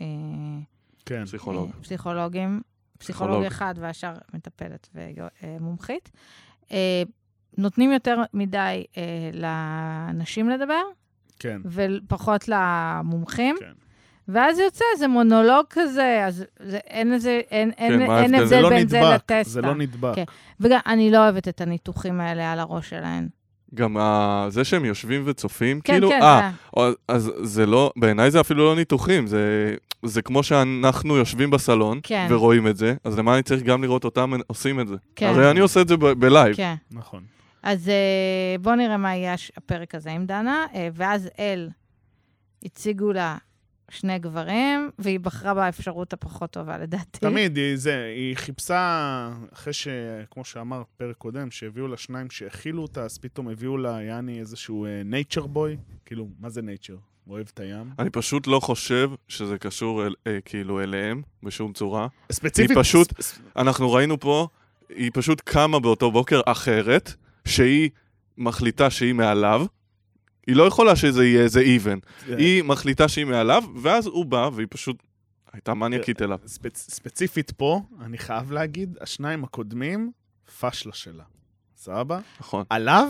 B: הפסיכולוגים, פסיכולוג אחד והשאר מטפלת ומומחית, נותנים יותר מדי לאנשים לדבר,
A: כן.
B: ופחות למומחים,
A: כן.
B: ואז יוצא איזה מונולוג כזה, אז אין הבדל בין זה לטסטה.
A: זה לא נדבק.
B: כן. וגם אני לא אוהבת את הניתוחים האלה על הראש שלהן.
C: גם זה שהם יושבים וצופים,
B: כן,
C: כאילו,
B: כן,
C: אז זה לא, בעיניי זה אפילו לא ניתוחים, זה כמו שאנחנו יושבים בסלון,
B: כן.
C: ורואים את זה, אז למה אני צריך גם לראות אותם עושים את זה?
B: כן.
C: הרי אני עושה את זה בלייב.
B: כן.
A: נכון.
B: אז בואו נראה מה יהיה הפרק הזה עם דנה, ואז הציגו לה 2 גברים, והיא בחרה באפשרות הפחות טובה, לדעתי.
A: תמיד, היא חיפשה, אחרי כמו שאמר פרק קודם, שהביאו לה 2 שהכילו אותה, אז פתאום הביאו לה, יעני איזשהו nature boy, כאילו, מה זה nature? אוהב את הים.
C: אני פשוט לא חושב שזה קשור כאילו אליהם, בשום צורה.
A: ספציפית.
C: היא פשוט, אנחנו ראינו פה, היא פשוט קמה באותו בוקר אחרת, שהיא מחליטה שהיא מעליו, היא לא יכולה שזה יהיה איזה איבן. היא מחליטה שהיא מעליו, ואז הוא בא, והיא פשוט הייתה מניאקית אליו.
A: ספציפית פה, אני חייב להגיד, 2 הקודמים, פשלה שלה. סבבה?
C: נכון.
A: עליו,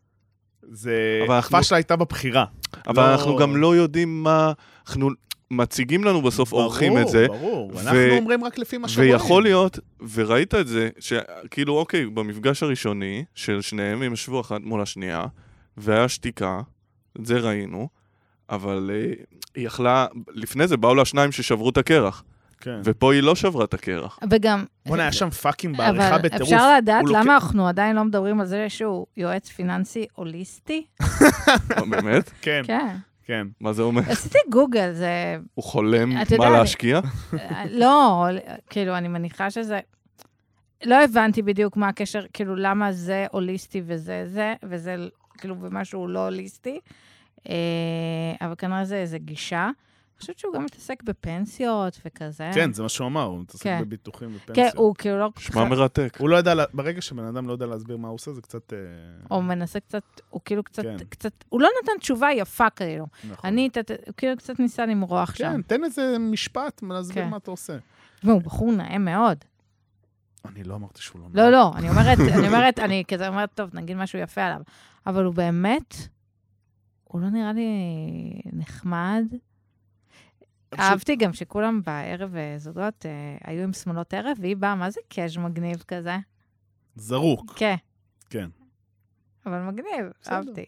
A: פשלה הייתה בבחירה.
C: אבל אנחנו גם לא יודעים מה... אנחנו מציגים לנו בסוף אורחים את זה.
A: ברור, אנחנו אומרים רק לפי מה שרואים.
C: ויכול להיות, וראית את זה, שכאילו, אוקיי, במפגש הראשוני של שניהם, הם ישבו אחת מול השנייה, והיה שתיקה, את זה ראינו, אבל היא יכלה, לפני זה באו לה 2 ששברו את הקרח.
A: כן.
C: ופה היא לא שברה את הקרח.
B: וגם...
A: בוא נהיה שם פאקים בעריכה בטירוף.
B: אפשר לדעת למה אנחנו עדיין לא מדברים על זה שהוא יועץ פיננסי הוליסטי?
C: באמת?
A: כן.
B: כן.
A: כן.
C: מה זה אומר?
B: עשיתי גוגל, זה...
C: הוא חולם מה להשקיע?
B: לא, כאילו, אני מניחה שזה... לא הבנתי בדיוק מה הקשר, כאילו, למה זה הוליסטי וזה זה, וזה כאילו במשהו לא הוליסטי, אבל כנראה זה איזו גישה. אני חושבת שהוא גם מתעסק בפנסיות וכזה.
A: כן, זה מה שהוא אמר, הוא מתעסק בביטוחים
B: כן,
A: ופנסיות.
B: הוא כאילו לא...
C: שמע מרתק.
A: הוא לא יודע, ברגע שבן אדם לא יודע להסביר מה הוא עושה, זה קצת...
B: הוא מנסה קצת, הוא כאילו קצת, הוא לא נתן תשובה יפה כאילו. הוא כאילו קצת ניסה למרוח שם.
A: כן, תן איזה משפט, להסביר מה אתה עושה.
B: והוא בחור נאה מאוד.
A: אני לא אמרתי שהוא לא נאה.
B: לא, אני כזה אומרת, טוב, נגיד משהו יפה עליו. אבל הוא באמת, הוא לא נראה לי נחמד. אהבתי גם שכולם בערב זוגות היו עם שמאלות ערב, והיא באה, מה זה קאז' מגניב כזה?
A: זרוק.
B: כן.
A: כן.
B: אבל מגניב, אהבתי.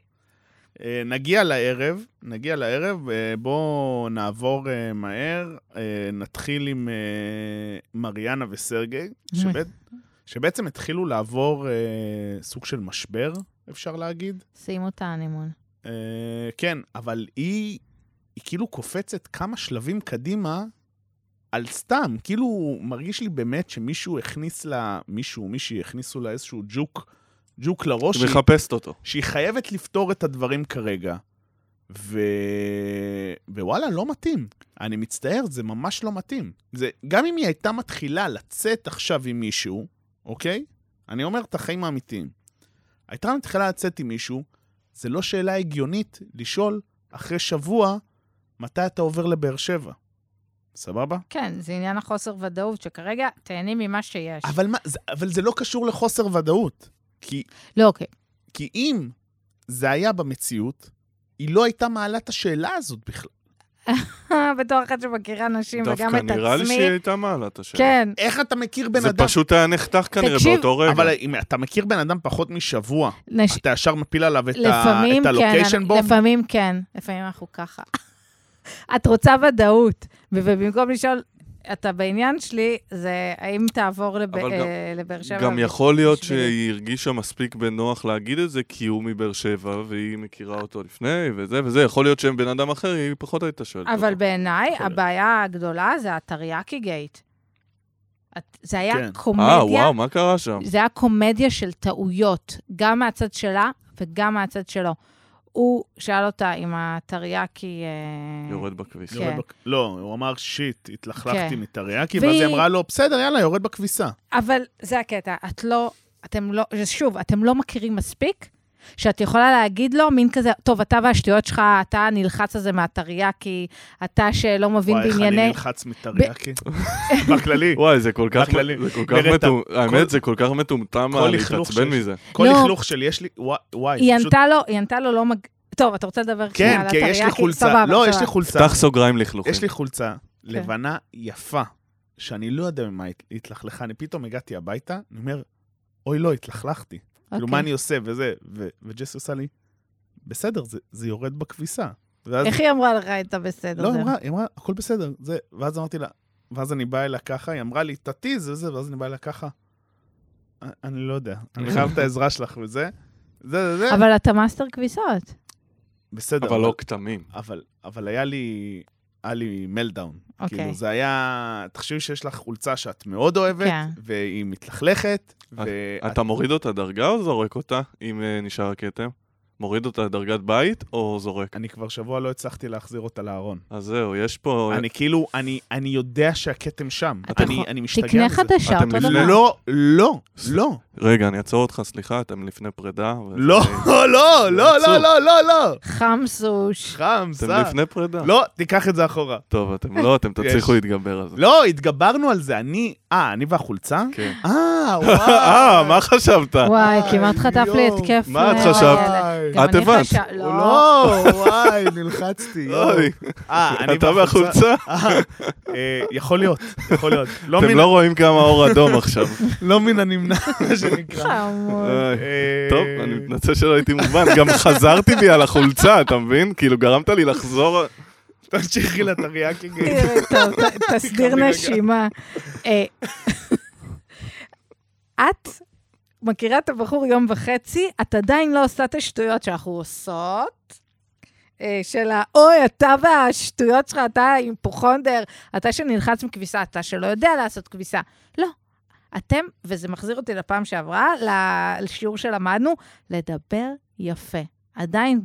A: נגיע לערב, בואו נעבור מהר, נתחיל עם מריאנה וסרגי, שבעצם התחילו לעבור סוג של משבר, אפשר להגיד.
B: שימו את האנימון.
A: כן, אבל היא כאילו קופצת כמה שלבים קדימה על סתם, כאילו מרגיש לי באמת שמישהו הכניס לה, מישהי הכניסו לה איזשהו ג'וק לראש.
C: מחפשת אותו.
A: שהיא חייבת לפתור את הדברים כרגע. ווואלה, לא מתאים. אני מצטער, זה ממש לא מתאים. גם אם היא הייתה מתחילה לצאת עכשיו עם מישהו, אוקיי? אני אומר את החיים האמיתיים. היתרה מתחילה לצאת עם מישהו, זה לא שאלה הגיונית לשאול אחרי שבוע מתי אתה עובר לבאר שבע. סבבה?
B: כן, זה עניין החוסר ודאות, שכרגע תהנים ממה שיש.
A: אבל זה לא קשור לחוסר ודאות.
B: לא, אוקיי.
A: כי אם זה היה במציאות, היא לא הייתה מעלה את השאלה הזאת בכלל.
B: בתור אחת שמכירה נשים וגם את עצמי.
C: דווקא נראה לי שהיא הייתה מעלה את השאלה.
B: כן.
A: איך אתה מכיר בן
C: זה
A: אדם...
C: פשוט היה נחתך כנראה
B: תקשיב,
C: באותו רגע.
A: אבל אם אתה מכיר בן אדם פחות משבוע, אתה ישר מפיל עליו את
B: לפעמים
A: הלוקיישן בו?
B: לפעמים כן, לפעמים אנחנו ככה. את רוצה ודאות, ובמקום לשאול, אתה בעניין שלי, זה האם תעבור לבאר שבע.
C: גם יכול להיות שהיא הרגישה מספיק בנוח להגיד את זה, כי הוא מבאר שבע, והיא מכירה אותו לפני, וזה. יכול להיות שהם בן אדם אחר, היא פחות הייתה שואלת אותו.
B: אבל בעיניי, הבעיה הגדולה זה הטריאקי גייט. זה היה קומדיה.
C: וואו, מה קרה שם?
B: זה היה קומדיה של טעויות, גם מהצד שלה וגם מהצד שלו. הוא שאל אותה אם הטריאקי...
C: יורד בכביסה.
B: כן.
A: לא, הוא אמר שיט, התלכלכתי
B: כן.
A: מטריאקי, ואז היא אמרה לו, בסדר, יאללה, יורד בכביסה.
B: אבל זה הקטע, שוב, אתם לא מכירים מספיק, שאת יכולה להגיד לו מין כזה, טוב, אתה והשטויות שלך, אתה נלחץ הזה מהטריאקי, אתה שלא מבין בענייני...
A: וואי, איך אני נלחץ מטריאקי? בכללי.
C: וואי, זה כל כך מטומטם. האמת, זה כל כך מטומטם להתעצבן מזה.
A: כל לכלוך שלי, יש לי... וואי,
B: היא ענתה לו לא טוב, אתה רוצה לדבר
A: כן, כי יש לי חולצה. לא, יש לי חולצה.
C: פתח סוגריים לכלוכים.
A: יש לי חולצה לבנה יפה, שאני לא יודע ממה התלכלכה. אני פתאום הגעתי הביתה, אני אומר, אוי לא, התלכלכתי. כאילו, מה אני עושה וזה, וג'סי עושה לי, בסדר, זה יורד בכביסה.
B: איך היא אמרה לך את הבסדר?
A: לא, היא אמרה, הכל בסדר. ואז אמרתי לה, ואז אני באה אליה ככה, היא אמרה לי, תתיז וזה, ואז אני באה אליה ככה. אני לא יודע, אני חייב את העזרה שלך וזה. זה.
B: אבל אתה מאסטר כביסות.
A: בסדר.
C: אבל לא כתמים.
A: אבל היה לי מלדאון. כאילו, זה היה, תחשבי שיש לך חולצה שאת מאוד אוהבת, והיא מתלכלכת.
C: אתה מוריד אותה דרגה או זורק אותה, אם נשאר הכתם? מוריד אותה דרגת בית או זורק?
A: אני כבר שבוע לא הצלחתי להחזיר אותה לארון.
C: אז זהו, יש פה...
A: אני כאילו, אני יודע שהכתם שם. אני משתגע
B: תקנה חדשה, אותו דבר.
A: לא.
C: רגע, אני אעצור אותך, סליחה, אתם לפני פרידה.
A: לא.
B: חמסוש.
C: אתם לפני פרידה.
A: לא, תיקח את זה אחורה.
C: טוב, אתם תצליחו להתגבר על זה.
A: לא, התגברנו על זה. אני והחולצה?
C: כן.
A: וואו.
C: מה חשבת?
B: וואי, כמעט חטף לי התקף.
C: מה את חשבת? את הבנת.
A: לא, וואי, נלחצתי.
C: אתה והחולצה?
A: יכול להיות.
C: אתם לא רואים כמה אור אדום עכשיו.
A: לא מן הנמנע, מה שנקרא.
B: חמוד.
C: טוב, אני מתנצל שלא הייתי מובן. גם חזרתי בי על החולצה, אתה מבין? כאילו גרמת לי לחזור...
A: תמשיכי לטריאקי.
B: טוב, תסדיר נשימה. את מכירה את הבחור יום וחצי, את עדיין לא עושה את השטויות שאנחנו עושות, של אוי, אתה והשטויות שלך, אתה עם פוכונדר, אתה שנלחץ מכביסה, אתה שלא יודע לעשות כביסה. לא. אתם, וזה מחזיר אותי לפעם שעברה, לשיעור שלמדנו, לדבר יפה. עדיין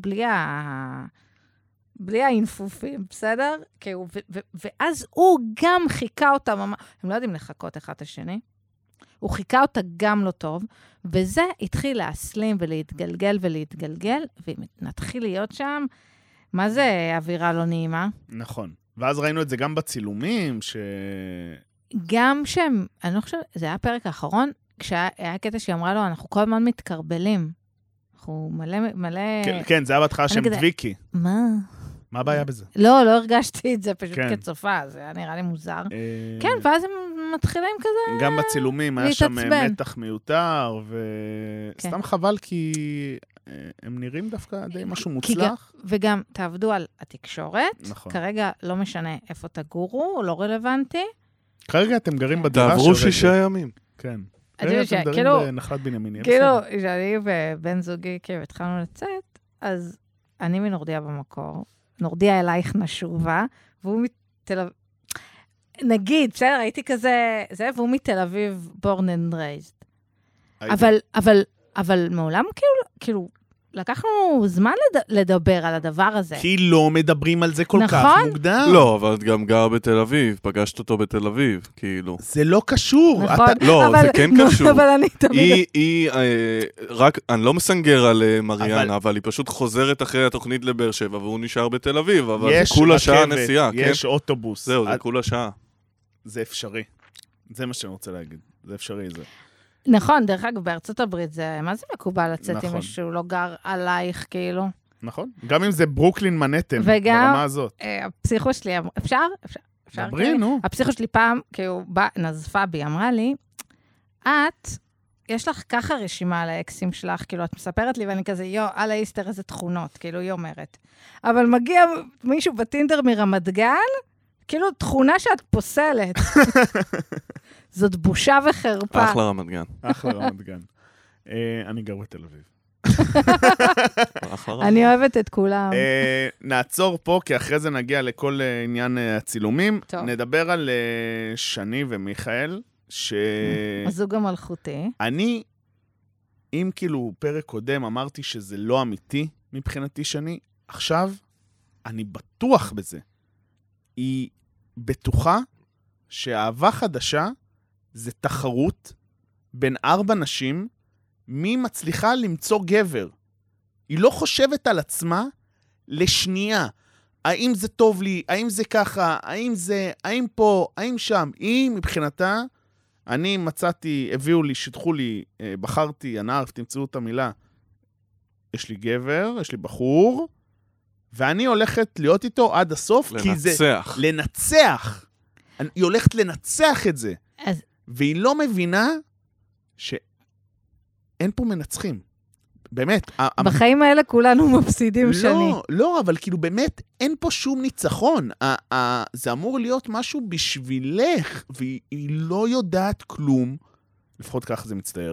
B: בלי האינפופים, בסדר? ואז הוא גם חיכה אותה, הם לא יודעים לחכות אחד את השני, הוא חיכה אותה גם לא טוב, וזה התחיל להסלים ולהתגלגל, ונתחיל להיות שם, מה זה אווירה לא נעימה?
A: נכון. ואז ראינו את זה גם בצילומים,
B: גם שהם, אני לא חושבת, זה היה הפרק האחרון, כשהיה קטע שהיא אמרה לו, אנחנו כל הזמן מתקרבלים. אנחנו מלא...
A: כן, זה היה בהתחלה שם דביקי.
B: מה?
A: מה הבעיה בזה?
B: לא הרגשתי את זה פשוט כצופה, זה היה נראה לי מוזר. כן, ואז הם מתחילים כזה...
A: גם בצילומים היה שם מתח מיותר, וסתם חבל כי הם נראים דווקא די משהו מוצלח.
B: וגם תעבדו על התקשורת, כרגע לא משנה איפה תגורו, לא רלוונטי.
A: כרגע אתם גרים בדירה
C: תעברו 6 ימים.
A: כן. כרגע אתם גרים בנחלת בנימין.
B: כאילו, כשאני ובן זוגי התחלנו לצאת, אז אני מנורדיה במקור, נורדיה אלייך נשובה, והוא מתל אביב, נגיד, בסדר, הייתי כזה, והוא מתל אביב, born and raised. אבל מעולם כאילו, לקח לנו זמן לדבר על הדבר הזה.
A: כי לא מדברים על זה כל כך מוקדם.
C: לא, אבל את גם גר בתל אביב, פגשת אותו בתל אביב, כאילו.
A: זה לא קשור.
B: נכון.
C: לא, זה כן קשור.
B: אבל אני תמיד...
C: אני לא מסנגר על מריאנה, אבל היא פשוט חוזרת אחרי התוכנית לבאר שבע, והוא נשאר בתל אביב, אבל זה כולה שעה נסיעה, כן?
A: יש אוטובוס.
C: זהו, זה כולה שעה.
A: זה אפשרי. זה מה שאני רוצה להגיד. זה אפשרי, זה.
B: נכון, דרך אגב, בארצות הברית זה, מה זה מקובל לצאת עם מישהו לא גר עלייך, כאילו?
A: נכון. גם אם זה ברוקלין מנהטן, ברמה הזאת.
B: וגם, הפסיכו שלי, אפשר?
A: דברי, נו.
B: הפסיכו שלי פעם, כאילו, נזפה בי, אמרה לי, יש לך ככה רשימה על האקסים שלך, כאילו, את מספרת לי, ואני כזה, על האיסטר איזה תכונות, כאילו, היא אומרת. אבל מגיע מישהו בטינדר מרמת גן, כאילו, תכונה שאת פוסלת. זאת בושה וחרפה.
C: אחלה רמת גן.
A: אחלה רמת גן. אני גר בתל אביב.
B: אני אוהבת את כולם.
A: נעצור פה, כי אחרי זה נגיע לכל עניין הצילומים. נדבר על שני ומיכאל,
B: הזוג המלכותי.
A: אני, אם כאילו פרק קודם אמרתי שזה לא אמיתי מבחינתי שני, עכשיו אני בטוח בזה. היא בטוחה שאהבה חדשה זה תחרות בין 4 נשים, מי מצליחה למצוא גבר. היא לא חושבת על עצמה לשנייה. האם זה טוב לי, האם זה ככה, האם פה, האם שם. היא מבחינתה, אני מצאתי, הביאו לי, שטחו לי, בחרתי, הנער, תמצאו את המילה, יש לי גבר, יש לי בחור, ואני הולכת להיות איתו עד הסוף, כי זה... לנצח. היא הולכת לנצח את זה. והיא לא מבינה שאין פה מנצחים. באמת.
B: בחיים האלה כולנו מפסידים שני.
A: לא, אבל כאילו באמת אין פה שום ניצחון. זה אמור להיות משהו בשבילך, והיא לא יודעת כלום, לפחות כך זה מצטער,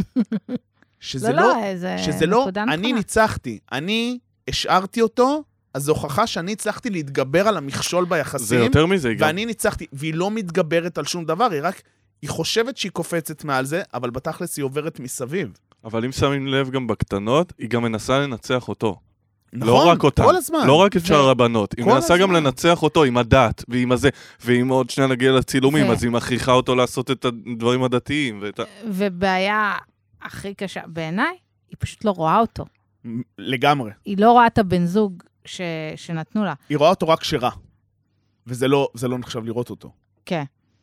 A: שזה לא, אני ניצחתי, אני השארתי אותו, אז זו הוכחה שאני הצלחתי להתגבר על המכשול ביחסים.
C: זה יותר מזה גם.
A: ואני ניצחתי, והיא לא מתגברת על שום דבר, היא חושבת שהיא קופצת מעל זה, אבל בתכלס היא עוברת מסביב.
C: אבל אם שמים לב גם בקטנות, היא גם מנסה לנצח אותו.
A: נכון,
C: לא רק אותם,
A: כל הזמן.
C: לא רק את שאר הבנות. היא מנסה גם לנצח אותו עם הדת, ועם הזה, ואם עוד שנייה נגיע לצילומים, אז היא מכריחה אותו לעשות את הדברים הדתיים.
B: ובעיה הכי קשה בעיניי, היא פשוט לא רואה אותו.
A: לגמרי.
B: היא לא רואה את הבן זוג שנתנו לה.
A: היא רואה אותו רק כשרע, וזה לא נחשב לראות אותו.
B: כן.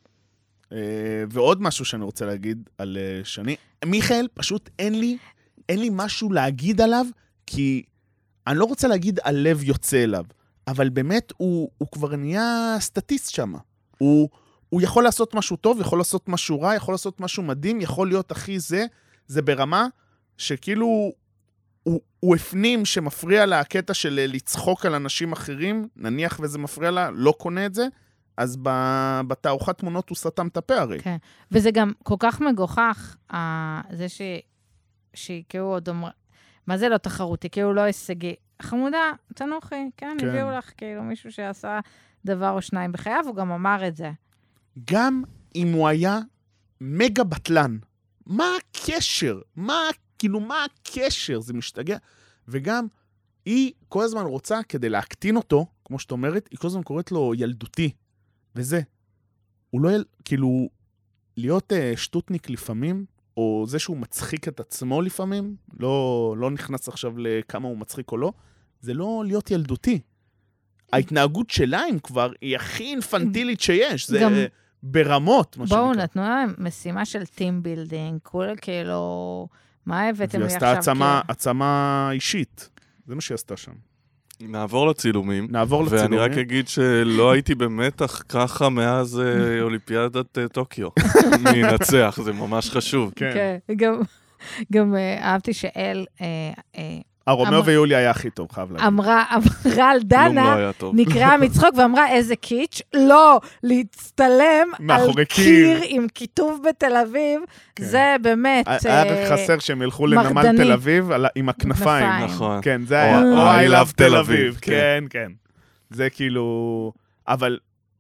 A: ועוד משהו שאני רוצה להגיד על שני, מיכאל, פשוט אין לי משהו להגיד עליו, כי אני לא רוצה להגיד הלב יוצא אליו, אבל באמת הוא כבר נהיה סטטיסט שם. הוא יכול לעשות משהו טוב, יכול לעשות משהו רע, יכול לעשות משהו מדהים, יכול להיות הכי זה ברמה שכאילו הוא הפנים שמפריע לה הקטע של לצחוק על אנשים אחרים, נניח וזה מפריע לה, לא קונה את זה, אז בתערוכת תמונות הוא סתם את הפה הרי.
B: כן, וזה גם כל כך מגוחך, זה שהיא כאילו עוד אומר, מה זה לא תחרותי? כאילו לא הישגי. חמודה, תנוחי, כן, הביאו לך כאילו מישהו שעשה דבר או שניים בחייו, הוא גם אמר את זה.
A: גם אם הוא היה מגה בטלן, מה הקשר? מה הקשר? זה משתגע. וגם היא כל הזמן רוצה, כדי להקטין אותו, כמו שאת אומרת, היא כל הזמן קוראת לו ילדותי. וזה, הוא לא, כאילו, להיות שטוטניק לפעמים, או זה שהוא מצחיק את עצמו לפעמים, לא נכנס עכשיו לכמה הוא מצחיק או לא, זה לא להיות ילדותי. ההתנהגות שלהם כבר היא הכי אינפנטילית שיש, זה גם ברמות, מה שנקרא.
B: בואו, נתנו להם משימה של טים בילדינג, כאילו, מה הבאתם לי עכשיו?
A: והיא עשתה עצמה אישית, זה מה שהיא עשתה שם.
C: נעבור לצילומים. ואני רק אגיד שלא הייתי במתח ככה מאז אולימפיאדת טוקיו. מי ינצח, זה ממש חשוב.
B: כן. גם אהבתי שאל...
A: הרומאו ויוליה היה הכי טוב, חייב להגיד.
B: אמרה על דנה, נקרא מצחוק ואמרה איזה קיץ', לא, להצטלם על קיר עם כיתוב בתל אביב, זה באמת
A: היה רק חסר שהם ילכו לנמל תל אביב עם הכנפיים.
C: נכון.
A: כן, זה היה I love תל אביב. כן, כן. זה כאילו... אבל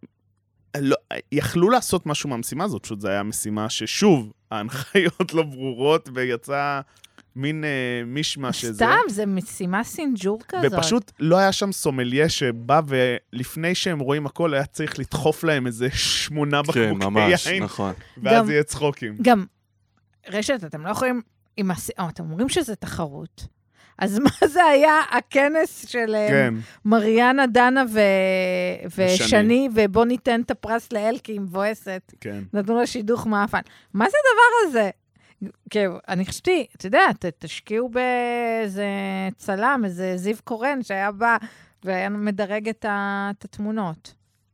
A: יכלו לעשות משהו מהמשימה הזאת, פשוט זה היה משימה ששוב, ההנחיות לא ברורות ויצא... מין מישמה שזה.
B: סתם, זה משימה סינג'ור כזאת.
A: ופשוט לא היה שם סומליה שבא, ולפני שהם רואים הכל, היה צריך לדחוף להם איזה 8 בקבוקי יין.
C: כן, ממש, נכון.
A: ואז יהיה צחוקים.
B: גם, רשת, אתם לא יכולים, אתם אומרים שזה תחרות. אז מה זה היה הכנס של מריאנה, דנה ושני, ובוא ניתן את הפרס לאלקי עם בועסת.
A: כן.
B: נתנו לה שידוך מאפן. מה זה הדבר הזה? כן, אני חשבתי, אתה יודע, תשקיעו באיזה צלם, איזה זיו קורן שהיה בא, והיה מדרג את התמונות.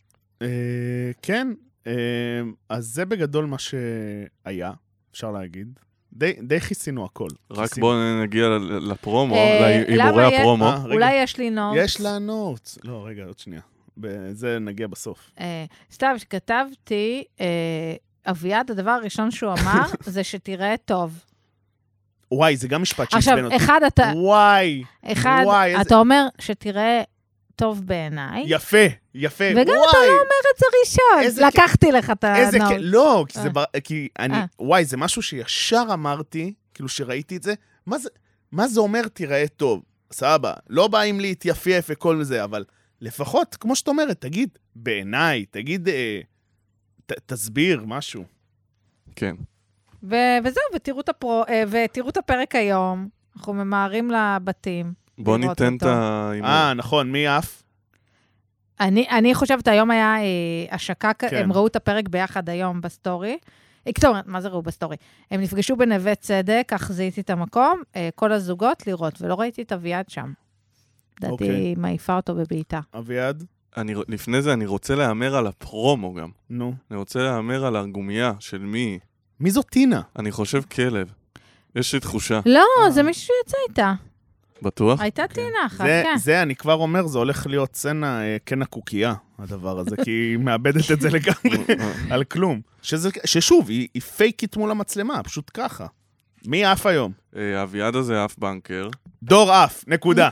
A: כן, אז זה בגדול מה שהיה, אפשר להגיד. די חיסינו הכל.
C: רק בואו נגיע לפרומו, להימורי הפרומו.
B: אולי יש לי נוטס.
A: יש לה נוטס. לא, רגע, עוד שנייה. בזה נגיע בסוף.
B: סתם, שכתבתי, אביעד, הדבר הראשון שהוא אמר, זה שתראה טוב.
A: וואי, זה גם משפט שעצבן אותי.
B: עכשיו,
A: וואי,
B: אתה אומר שתראה טוב בעיניי.
A: יפה.
B: וגם אתה לא אומר את זה ראשון. לקחתי לך את הנוט.
A: לא, כי אני, וואי, זה משהו שישר אמרתי, כאילו שראיתי את זה, מה זה אומר תראה טוב? סבא, לא באים להתייפייף וכל זה, אבל לפחות, כמו שאת אומרת, תגיד בעיניי, תגיד, תסביר משהו.
C: כן.
B: וזהו, ותראו את הפרק היום. אנחנו ממהרים לבתים.
C: בוא ניתן את האימון.
A: נכון, מי אף?
B: אני חושבת, היום היה השקה, הם ראו את הפרק ביחד היום בסטורי. טוב, מה זה ראו בסטורי? הם נפגשו בנווה צדק, כך זיהיתי את המקום, כל הזוגות לראות, ולא ראיתי את אביעד שם. דעתי מעיפה אותו בביתה.
A: אביעד?
C: לפני זה אני רוצה להאמר על הפרומו גם.
A: נו.
C: אני רוצה להאמר על הגומיה של מי.
A: מי זו טינה?
C: אני חושב כלב. יש לי תחושה.
B: לא, זה מישהו שיצא איתה.
C: בטוח?
B: הייתה טינה אחת, כן.
A: זה, אני כבר אומר, זה הולך להיות סצנה כן הקוקייה, הדבר הזה, כי היא מאבדת את זה לגמרי על כלום. ששוב, היא פייקית מול המצלמה, פשוט ככה. מי אף היום?
C: אביעד הזה אף בנקר.
A: דור אף, נקודה.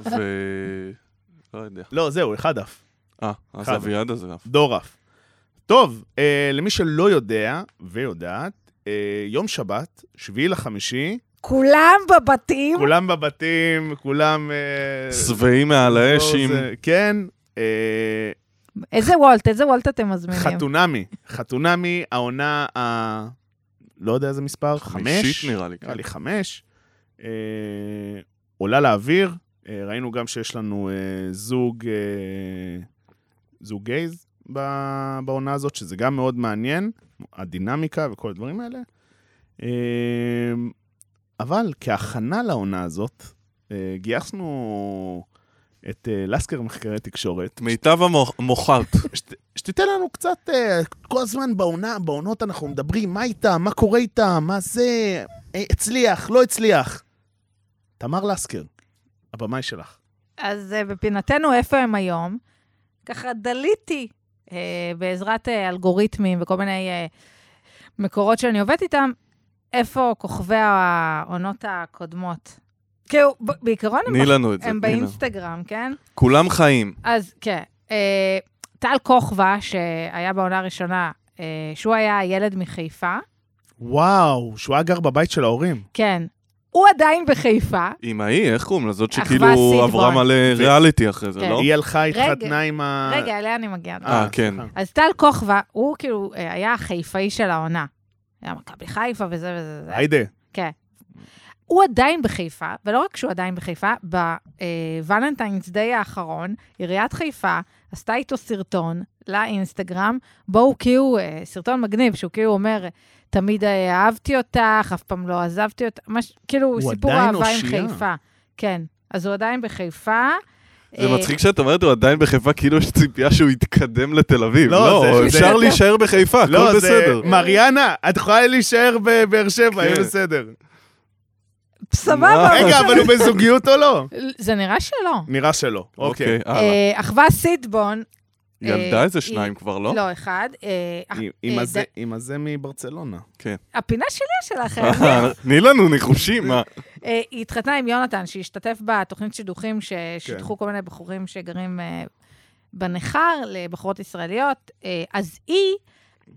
C: לא יודע.
A: לא, זהו, אחד אף.
C: אז אביעד הזה אף.
A: דור אף. טוב, למי שלא יודע ויודעת, יום שבת, 7/5,
B: כולם בבתים.
A: כולם...
C: שבעים מעל האשים.
A: כן.
B: איזה וולט אתם מזמינים?
A: חתונמי, העונה לא יודע איזה מספר, 5.
C: חמישית נראה לי.
A: נראה לי 5. עולה לאוויר. ראינו גם שיש לנו זוג גייז בעונה הזאת, שזה גם מאוד מעניין. הדינמיקה וכל הדברים האלה. אבל כהכנה לעונה הזאת, גייסנו את לסקר מחקרי תקשורת.
C: מיטב המוחת.
A: שתיתן לנו קצת, כל הזמן בעונות אנחנו מדברים, מה איתה, מה קורה איתה, מה זה, הצליח, לא הצליח. תמר לסקר, הבמאי שלך.
B: אז בפינתנו, איפה הם היום? ככה דליתי, בעזרת אלגוריתמים וכל מיני מקורות שאני עובדת איתם, איפה כוכבי העונות הקודמות? כאילו, בעיקרון הם באינסטגרם, כן?
C: כולם חיים.
B: אז כן, טל כוכבה, שהיה בעונה הראשונה, שהוא היה ילד מחיפה.
A: וואו, שהוא היה גר בבית של ההורים.
B: כן. הוא עדיין בחיפה.
C: עם ההיא, איך קוראים? לזאת שכאילו עברה מלא ריאליטי אחרי זה, לא?
A: היא הלכה, התחתנה עם ה...
B: רגע, אליה אני מגיעה.
C: כן.
B: אז טל כוכבה, הוא כאילו היה החיפאי של העונה. היה מכבי חיפה וזה וזה.
A: היידה.
B: כן. הוא עדיין בחיפה, ולא רק שהוא עדיין בחיפה, בוולנטיינס דיי האחרון, עיריית חיפה עשתה איתו סרטון לאינסטגרם, בו הוא כאילו, סרטון מגניב, שהוא כאילו אומר, תמיד אהבתי אותך, אף פעם לא עזבתי אותך, כאילו סיפור אהבה עם חיפה. כן, אז הוא עדיין בחיפה.
C: זה מצחיק שאת אומרת, הוא עדיין בחיפה, כאילו יש ציפייה שהוא יתקדם לתל אביב. לא, אפשר להישאר בחיפה, הכל בסדר.
A: מריאנה, את יכולה להישאר בבאר שבע, יהיה בסדר.
B: סבבה.
A: רגע, אבל הוא בזוגיות או לא?
B: זה נראה שלא.
A: נראה שלא, אוקיי.
B: אחווה סיטבון.
C: ילדה איזה 2 כבר, לא?
B: לא, 1.
A: עם הזה מברצלונה.
C: כן.
B: הפינה שלי שלכם.
C: תני לנו ניחושים, מה?
B: היא התחתנה עם יונתן, שהשתתף בתוכנית שידוכים, ששידחו כל מיני בחורים שגרים בנחר, לבחורות ישראליות. אז היא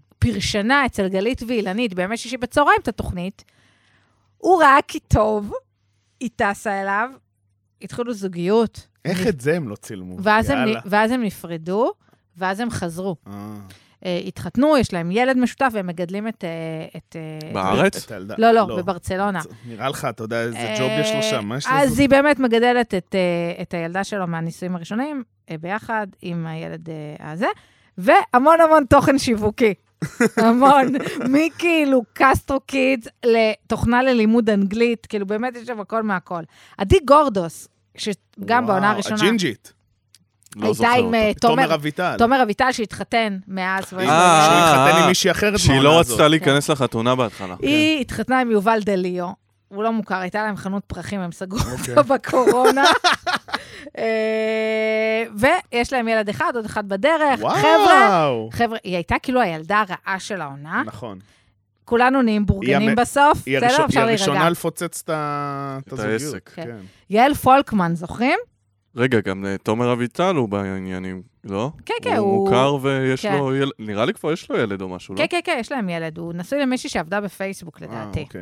B: פרשנה אצל גלית ואילנית, בימי שישי בצהריים את התוכנית. הוא ראה כי טוב, היא טסה אליו, התחילו זוגיות.
A: איך את זה הם לא צילמו?
B: ואז הם נפרדו, ואז הם חזרו. התחתנו, יש להם ילד משותף, והם מגדלים את...
C: בארץ?
B: לא, בברצלונה.
A: נראה לך, אתה יודע איזה ג'וב יש לו שם, מה יש לזה?
B: אז היא באמת מגדלת את הילדה שלו מהנישואים הראשונים, ביחד עם הילד הזה, והמון המון תוכן שיווקי. המון, מכאילו קסטרו קידס לתוכנה ללימוד אנגלית, כאילו באמת יש שם הכל מהכל. עדי גורדוס, שגם בעונה הראשונה...
A: הג'ינג'ית.
C: לא זוכר אותה.
A: תומר אביטל.
B: תומר אביטל שהתחתן מאז.
A: שהוא התחתן עם מישהי אחרת
C: שהיא לא רצתה להיכנס לחתונה בהתחלה.
B: היא התחתנה עם יובל דליו, הוא לא מוכר, הייתה להם חנות פרחים, הם סגרו אותו בקורונה. ויש להם ילד אחד, עוד אחד בדרך. חבר'ה, היא הייתה כאילו הילדה הרעה של העונה.
A: נכון.
B: כולנו נהיים בורגנים בסוף.
A: היא הראשונה לפוצץ את הזוגיות.
B: יעל פולקמן, זוכרים?
C: רגע, גם תומר אביטל הוא בעניינים, לא?
B: כן,
C: הוא מוכר ויש לו ילד, נראה לי כבר יש לו ילד או משהו, לא?
B: כן, יש להם ילד. הוא נשוי למישהי שעבדה בפייסבוק, לדעתי.
A: אוקיי.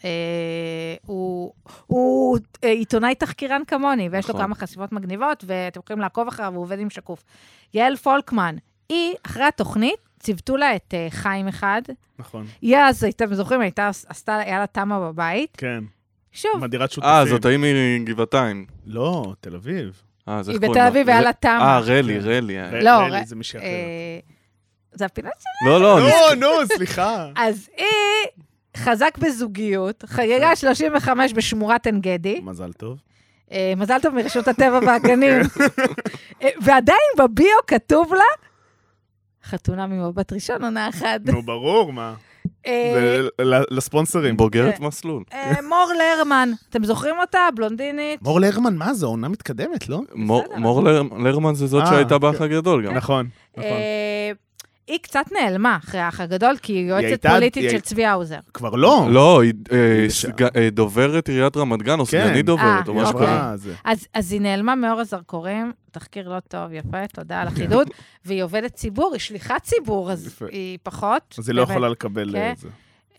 B: הוא עיתונאי תחקירן כמוני, ויש לו כמה חשיפות מגניבות, ואתם יכולים לעקוב אחריו, והוא עובד עם שקוף. יעל פולקמן, היא, אחרי התוכנית, ציוותו לה את חיים אחד.
A: נכון.
B: היא אז, אתם זוכרים, היה לה תמה בבית.
A: כן.
B: שוב.
A: מדירת שותפים.
C: זאת האם היא גבעתיים.
A: לא, תל אביב.
B: היא בתל אביב, היה לה תמה.
C: רלי.
B: לא,
A: רלי זה מישהי אחרת.
B: זה הפינה שלה?
C: לא,
A: סליחה.
B: אז היא חזק בזוגיות, חגגה 35 בשמורת עין גדי.
A: מזל טוב.
B: מזל טוב מרשות הטבע והגנים. ועדיין בביו כתוב לה, חתונה ממבט ראשון, עונה אחת.
A: נו, ברור, מה? לספונסרים.
C: בוגרת מסלול.
B: מור לרמן, אתם זוכרים אותה? בלונדינית.
A: מור לרמן, מה זה? עונה מתקדמת, לא?
C: מור לרמן זה זאת שהייתה באח הגדול גם.
A: נכון.
B: היא קצת נעלמה אחרי האח הגדול, כי היא יועצת פוליטית של צבי האוזר.
A: כבר לא.
C: לא, היא דוברת עיריית רמת גן, או סגנית דוברת, או משהו כזה.
B: אז היא נעלמה מאור הזרקורים, תחקיר לא טוב, יפה, תודה על החידוד, והיא עובדת ציבור, היא שליחת ציבור, אז היא פחות.
A: אז היא לא יכולה לקבל את זה.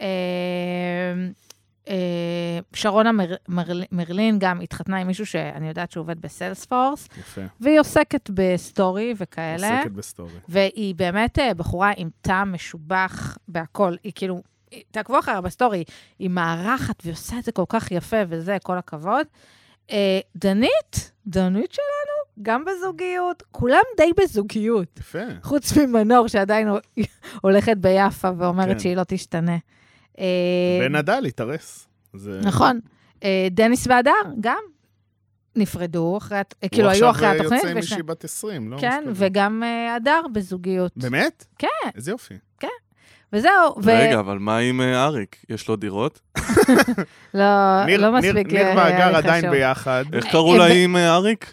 B: שרונה מרלין גם התחתנה עם מישהו שאני יודעת שהוא עובד בסיילספורס,
A: יפה.
B: והיא עוסקת בסטורי וכאלה.
A: עוסקת בסטורי.
B: והיא באמת בחורה עם טעם משובח בהכל. היא כאילו, תעקבו אחריה בסטורי, היא מערכת ועושה את זה כל כך יפה, וזה כל הכבוד. דנית שלנו, גם בזוגיות, כולם די בזוגיות.
A: יפה.
B: חוץ ממנור שעדיין הולכת ביפה ואומרת שהיא לא תשתנה.
A: בנדל התארס.
B: נכון. דניס והדר, גם נפרדו, כאילו היו אחרי התוכנית.
A: הוא עכשיו יוצא עם מישהי בת 20, לא?
B: כן, וגם הדר בזוגיות.
A: באמת?
B: כן.
A: איזה יופי.
B: כן. וזהו.
C: רגע, אבל מה עם אריק? יש לו דירות?
B: לא מספיק.
A: ניר והגר עדיין ביחד.
C: איך קראו לה עם אריק?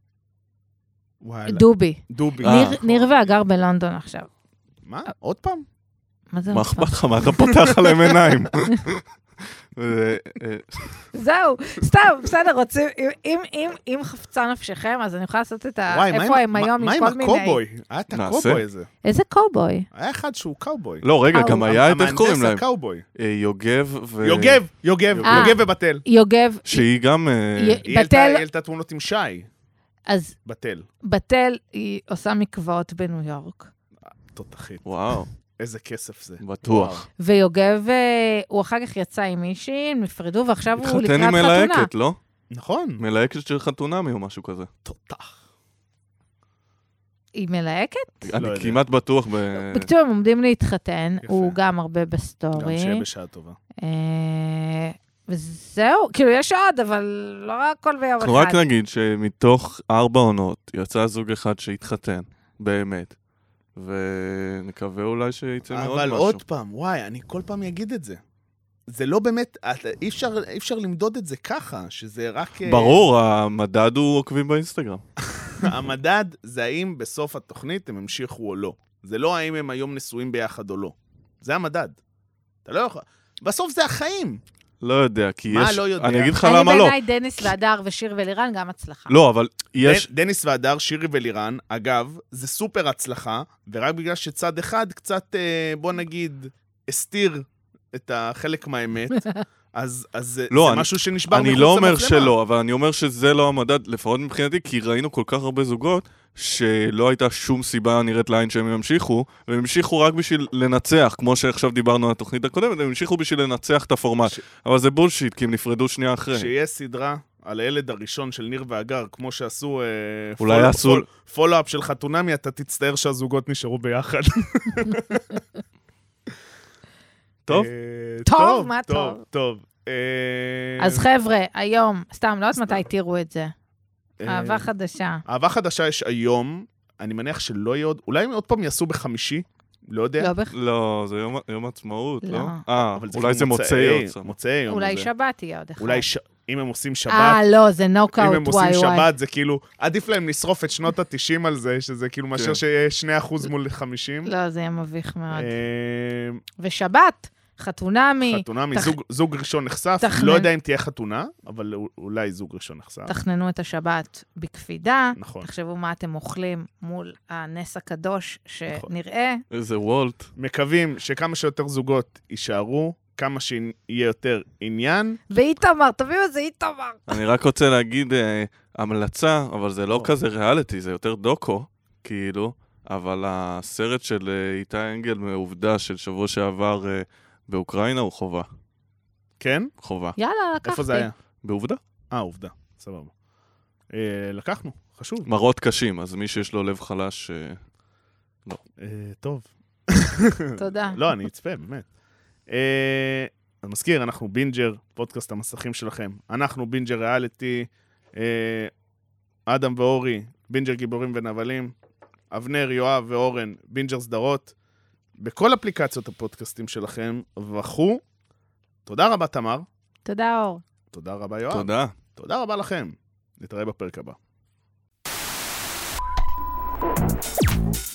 B: דובי.
A: דובי.
B: ניר והגר בלונדון עכשיו.
A: מה? עוד פעם?
C: מה אכפת לך? מה אתה פותח עליהם עיניים?
B: זהו, סתם, בסדר, רוצים, אם חפצה נפשכם, אז אני יכולה לעשות את איפה הם היום עם כל מיני...
A: מה עם הקובוי? היה את הקובוי הזה.
B: איזה קובוי?
A: היה אחד שהוא קובוי.
C: לא, רגע, גם היה את איך קוראים להם?
A: המהנדס הקובוי.
C: יוגב ו...
A: יוגב ובטל.
B: יוגב.
C: שהיא גם...
A: היא העלתה תמונות עם שי.
B: אז...
A: בטל.
B: בטל היא עושה מקוואות בניו יורק.
A: תותחית.
C: וואו.
A: איזה כסף זה.
C: בטוח.
B: ויוגב, הוא אחר כך יצא עם מישהי, הם נפרדו, ועכשיו הוא לקראת חתונה.
C: התחתן עם מלהקת, לא?
A: נכון.
C: מלהקת של חתונמי או משהו כזה.
A: תותח.
B: היא מלהקת?
C: אני כמעט בטוח
B: בקצור, הם עומדים להתחתן, הוא גם הרבה בסטורי.
A: גם שיהיה בשעה טובה.
C: וזהו,
B: כאילו יש עוד, אבל לא הכל ביום אחד.
C: רק נגיד שמתוך 4 עונות יצא זוג אחד שהתחתן, באמת. ונקווה אולי שיצא מאוד משהו.
A: אבל עוד פעם, וואי, אני כל פעם אגיד את זה. זה לא באמת, אי אפשר למדוד את זה ככה, שזה רק...
C: ברור, המדד הוא עוקבים באינסטגרם.
A: המדד זה האם בסוף התוכנית הם המשיכו או לא. זה לא האם הם היום נשואים ביחד או לא. זה המדד. אתה לא יכול... בסוף זה החיים.
C: לא יודע, כי יש...
A: מה לא יודע?
C: אני אגיד לך למה לא.
B: אני בעיניי דניס והדר ושיר ולירן גם הצלחה.
C: לא, אבל יש...
A: דניס והדר, שירי ולירן, אגב, זה סופר הצלחה, ורק בגלל שצד אחד קצת, בוא נגיד, הסתיר את החלק מהאמת, אז זה
C: לא,
A: משהו שנשבר
C: אני
A: מחוץ
C: לא אומר
A: למצלמה.
C: שלא, אבל אני אומר שזה לא המדד, לפחות מבחינתי, כי ראינו כל כך הרבה זוגות, שלא הייתה שום סיבה נראית לעין שהם ימשיכו, והם המשיכו רק בשביל לנצח, כמו שעכשיו דיברנו על התוכנית הקודמת, הם המשיכו בשביל לנצח את הפורמט. אבל זה בולשיט, כי הם נפרדו שנייה אחרי.
A: שיש סדרה על הילד הראשון של ניר ואגר, כמו שעשו פולו-אפ של חתונמי, אתה תצטער שהזוגות נשארו ביחד.
C: טוב?
B: טוב, מה טוב?
A: טוב.
B: אז חבר'ה, היום, סתם, לא יודעת מתי תראו את זה. אהבה חדשה.
A: אהבה חדשה יש היום, אני מניח שלא יהיה עוד, אולי הם עוד פעם יעשו בחמישי, לא יודע.
C: לא, זה יום עצמאות, לא?
A: אולי זה מוצאי יום.
B: אולי שבת יהיה עוד אחד.
A: אולי אם הם עושים שבת...
B: לא, זה נוקאוט,
A: אם הם עושים שבת, זה כאילו, עדיף להם לשרוף את שנות ה-90 על זה, שזה כאילו מאשר שיהיה 2% מול 50.
B: לא, זה יהיה מביך מאוד. ושבת, חתונמי.
A: חתונמי, זוג ראשון נחשף. לא יודע אם תהיה חתונה, אבל אולי זוג ראשון נחשף.
B: תכננו את השבת בקפידה.
A: נכון.
B: תחשבו מה אתם אוכלים מול הנס הקדוש שנראה.
C: איזה וולט.
A: מקווים שכמה שיותר זוגות יישארו, כמה שיהיה יותר עניין.
B: ואיתמר, תביאו איזה איתמר.
C: אני רק רוצה להגיד המלצה, אבל זה לא כזה ריאליטי, זה יותר דוקו, כאילו, אבל הסרט של איתי אנגל מעובדה של שבוע שעבר באוקראינה הוא חובה.
A: כן?
C: חובה.
B: יאללה, לקחתי.
A: איפה זה היה?
C: בעובדה.
A: עובדה, סבבה. לקחנו, חשוב.
C: מראות קשים, אז מי שיש לו לב חלש, לא.
A: טוב.
B: תודה.
A: לא, אני אצפה, באמת. אז מזכיר, אנחנו בינג'ר, פודקאסט המסכים שלכם. אנחנו בינג'ר ריאליטי, אדם ואורי, בינג'ר גיבורים ונבלים, אבנר, יואב ואורן, בינג'ר סדרות, בכל אפליקציות הפודקאסטים שלכם, וכו. תודה רבה, תמר.
B: תודה, אור.
A: תודה רבה, יואב.
C: תודה.
A: תודה רבה לכם. נתראה בפרק הבא.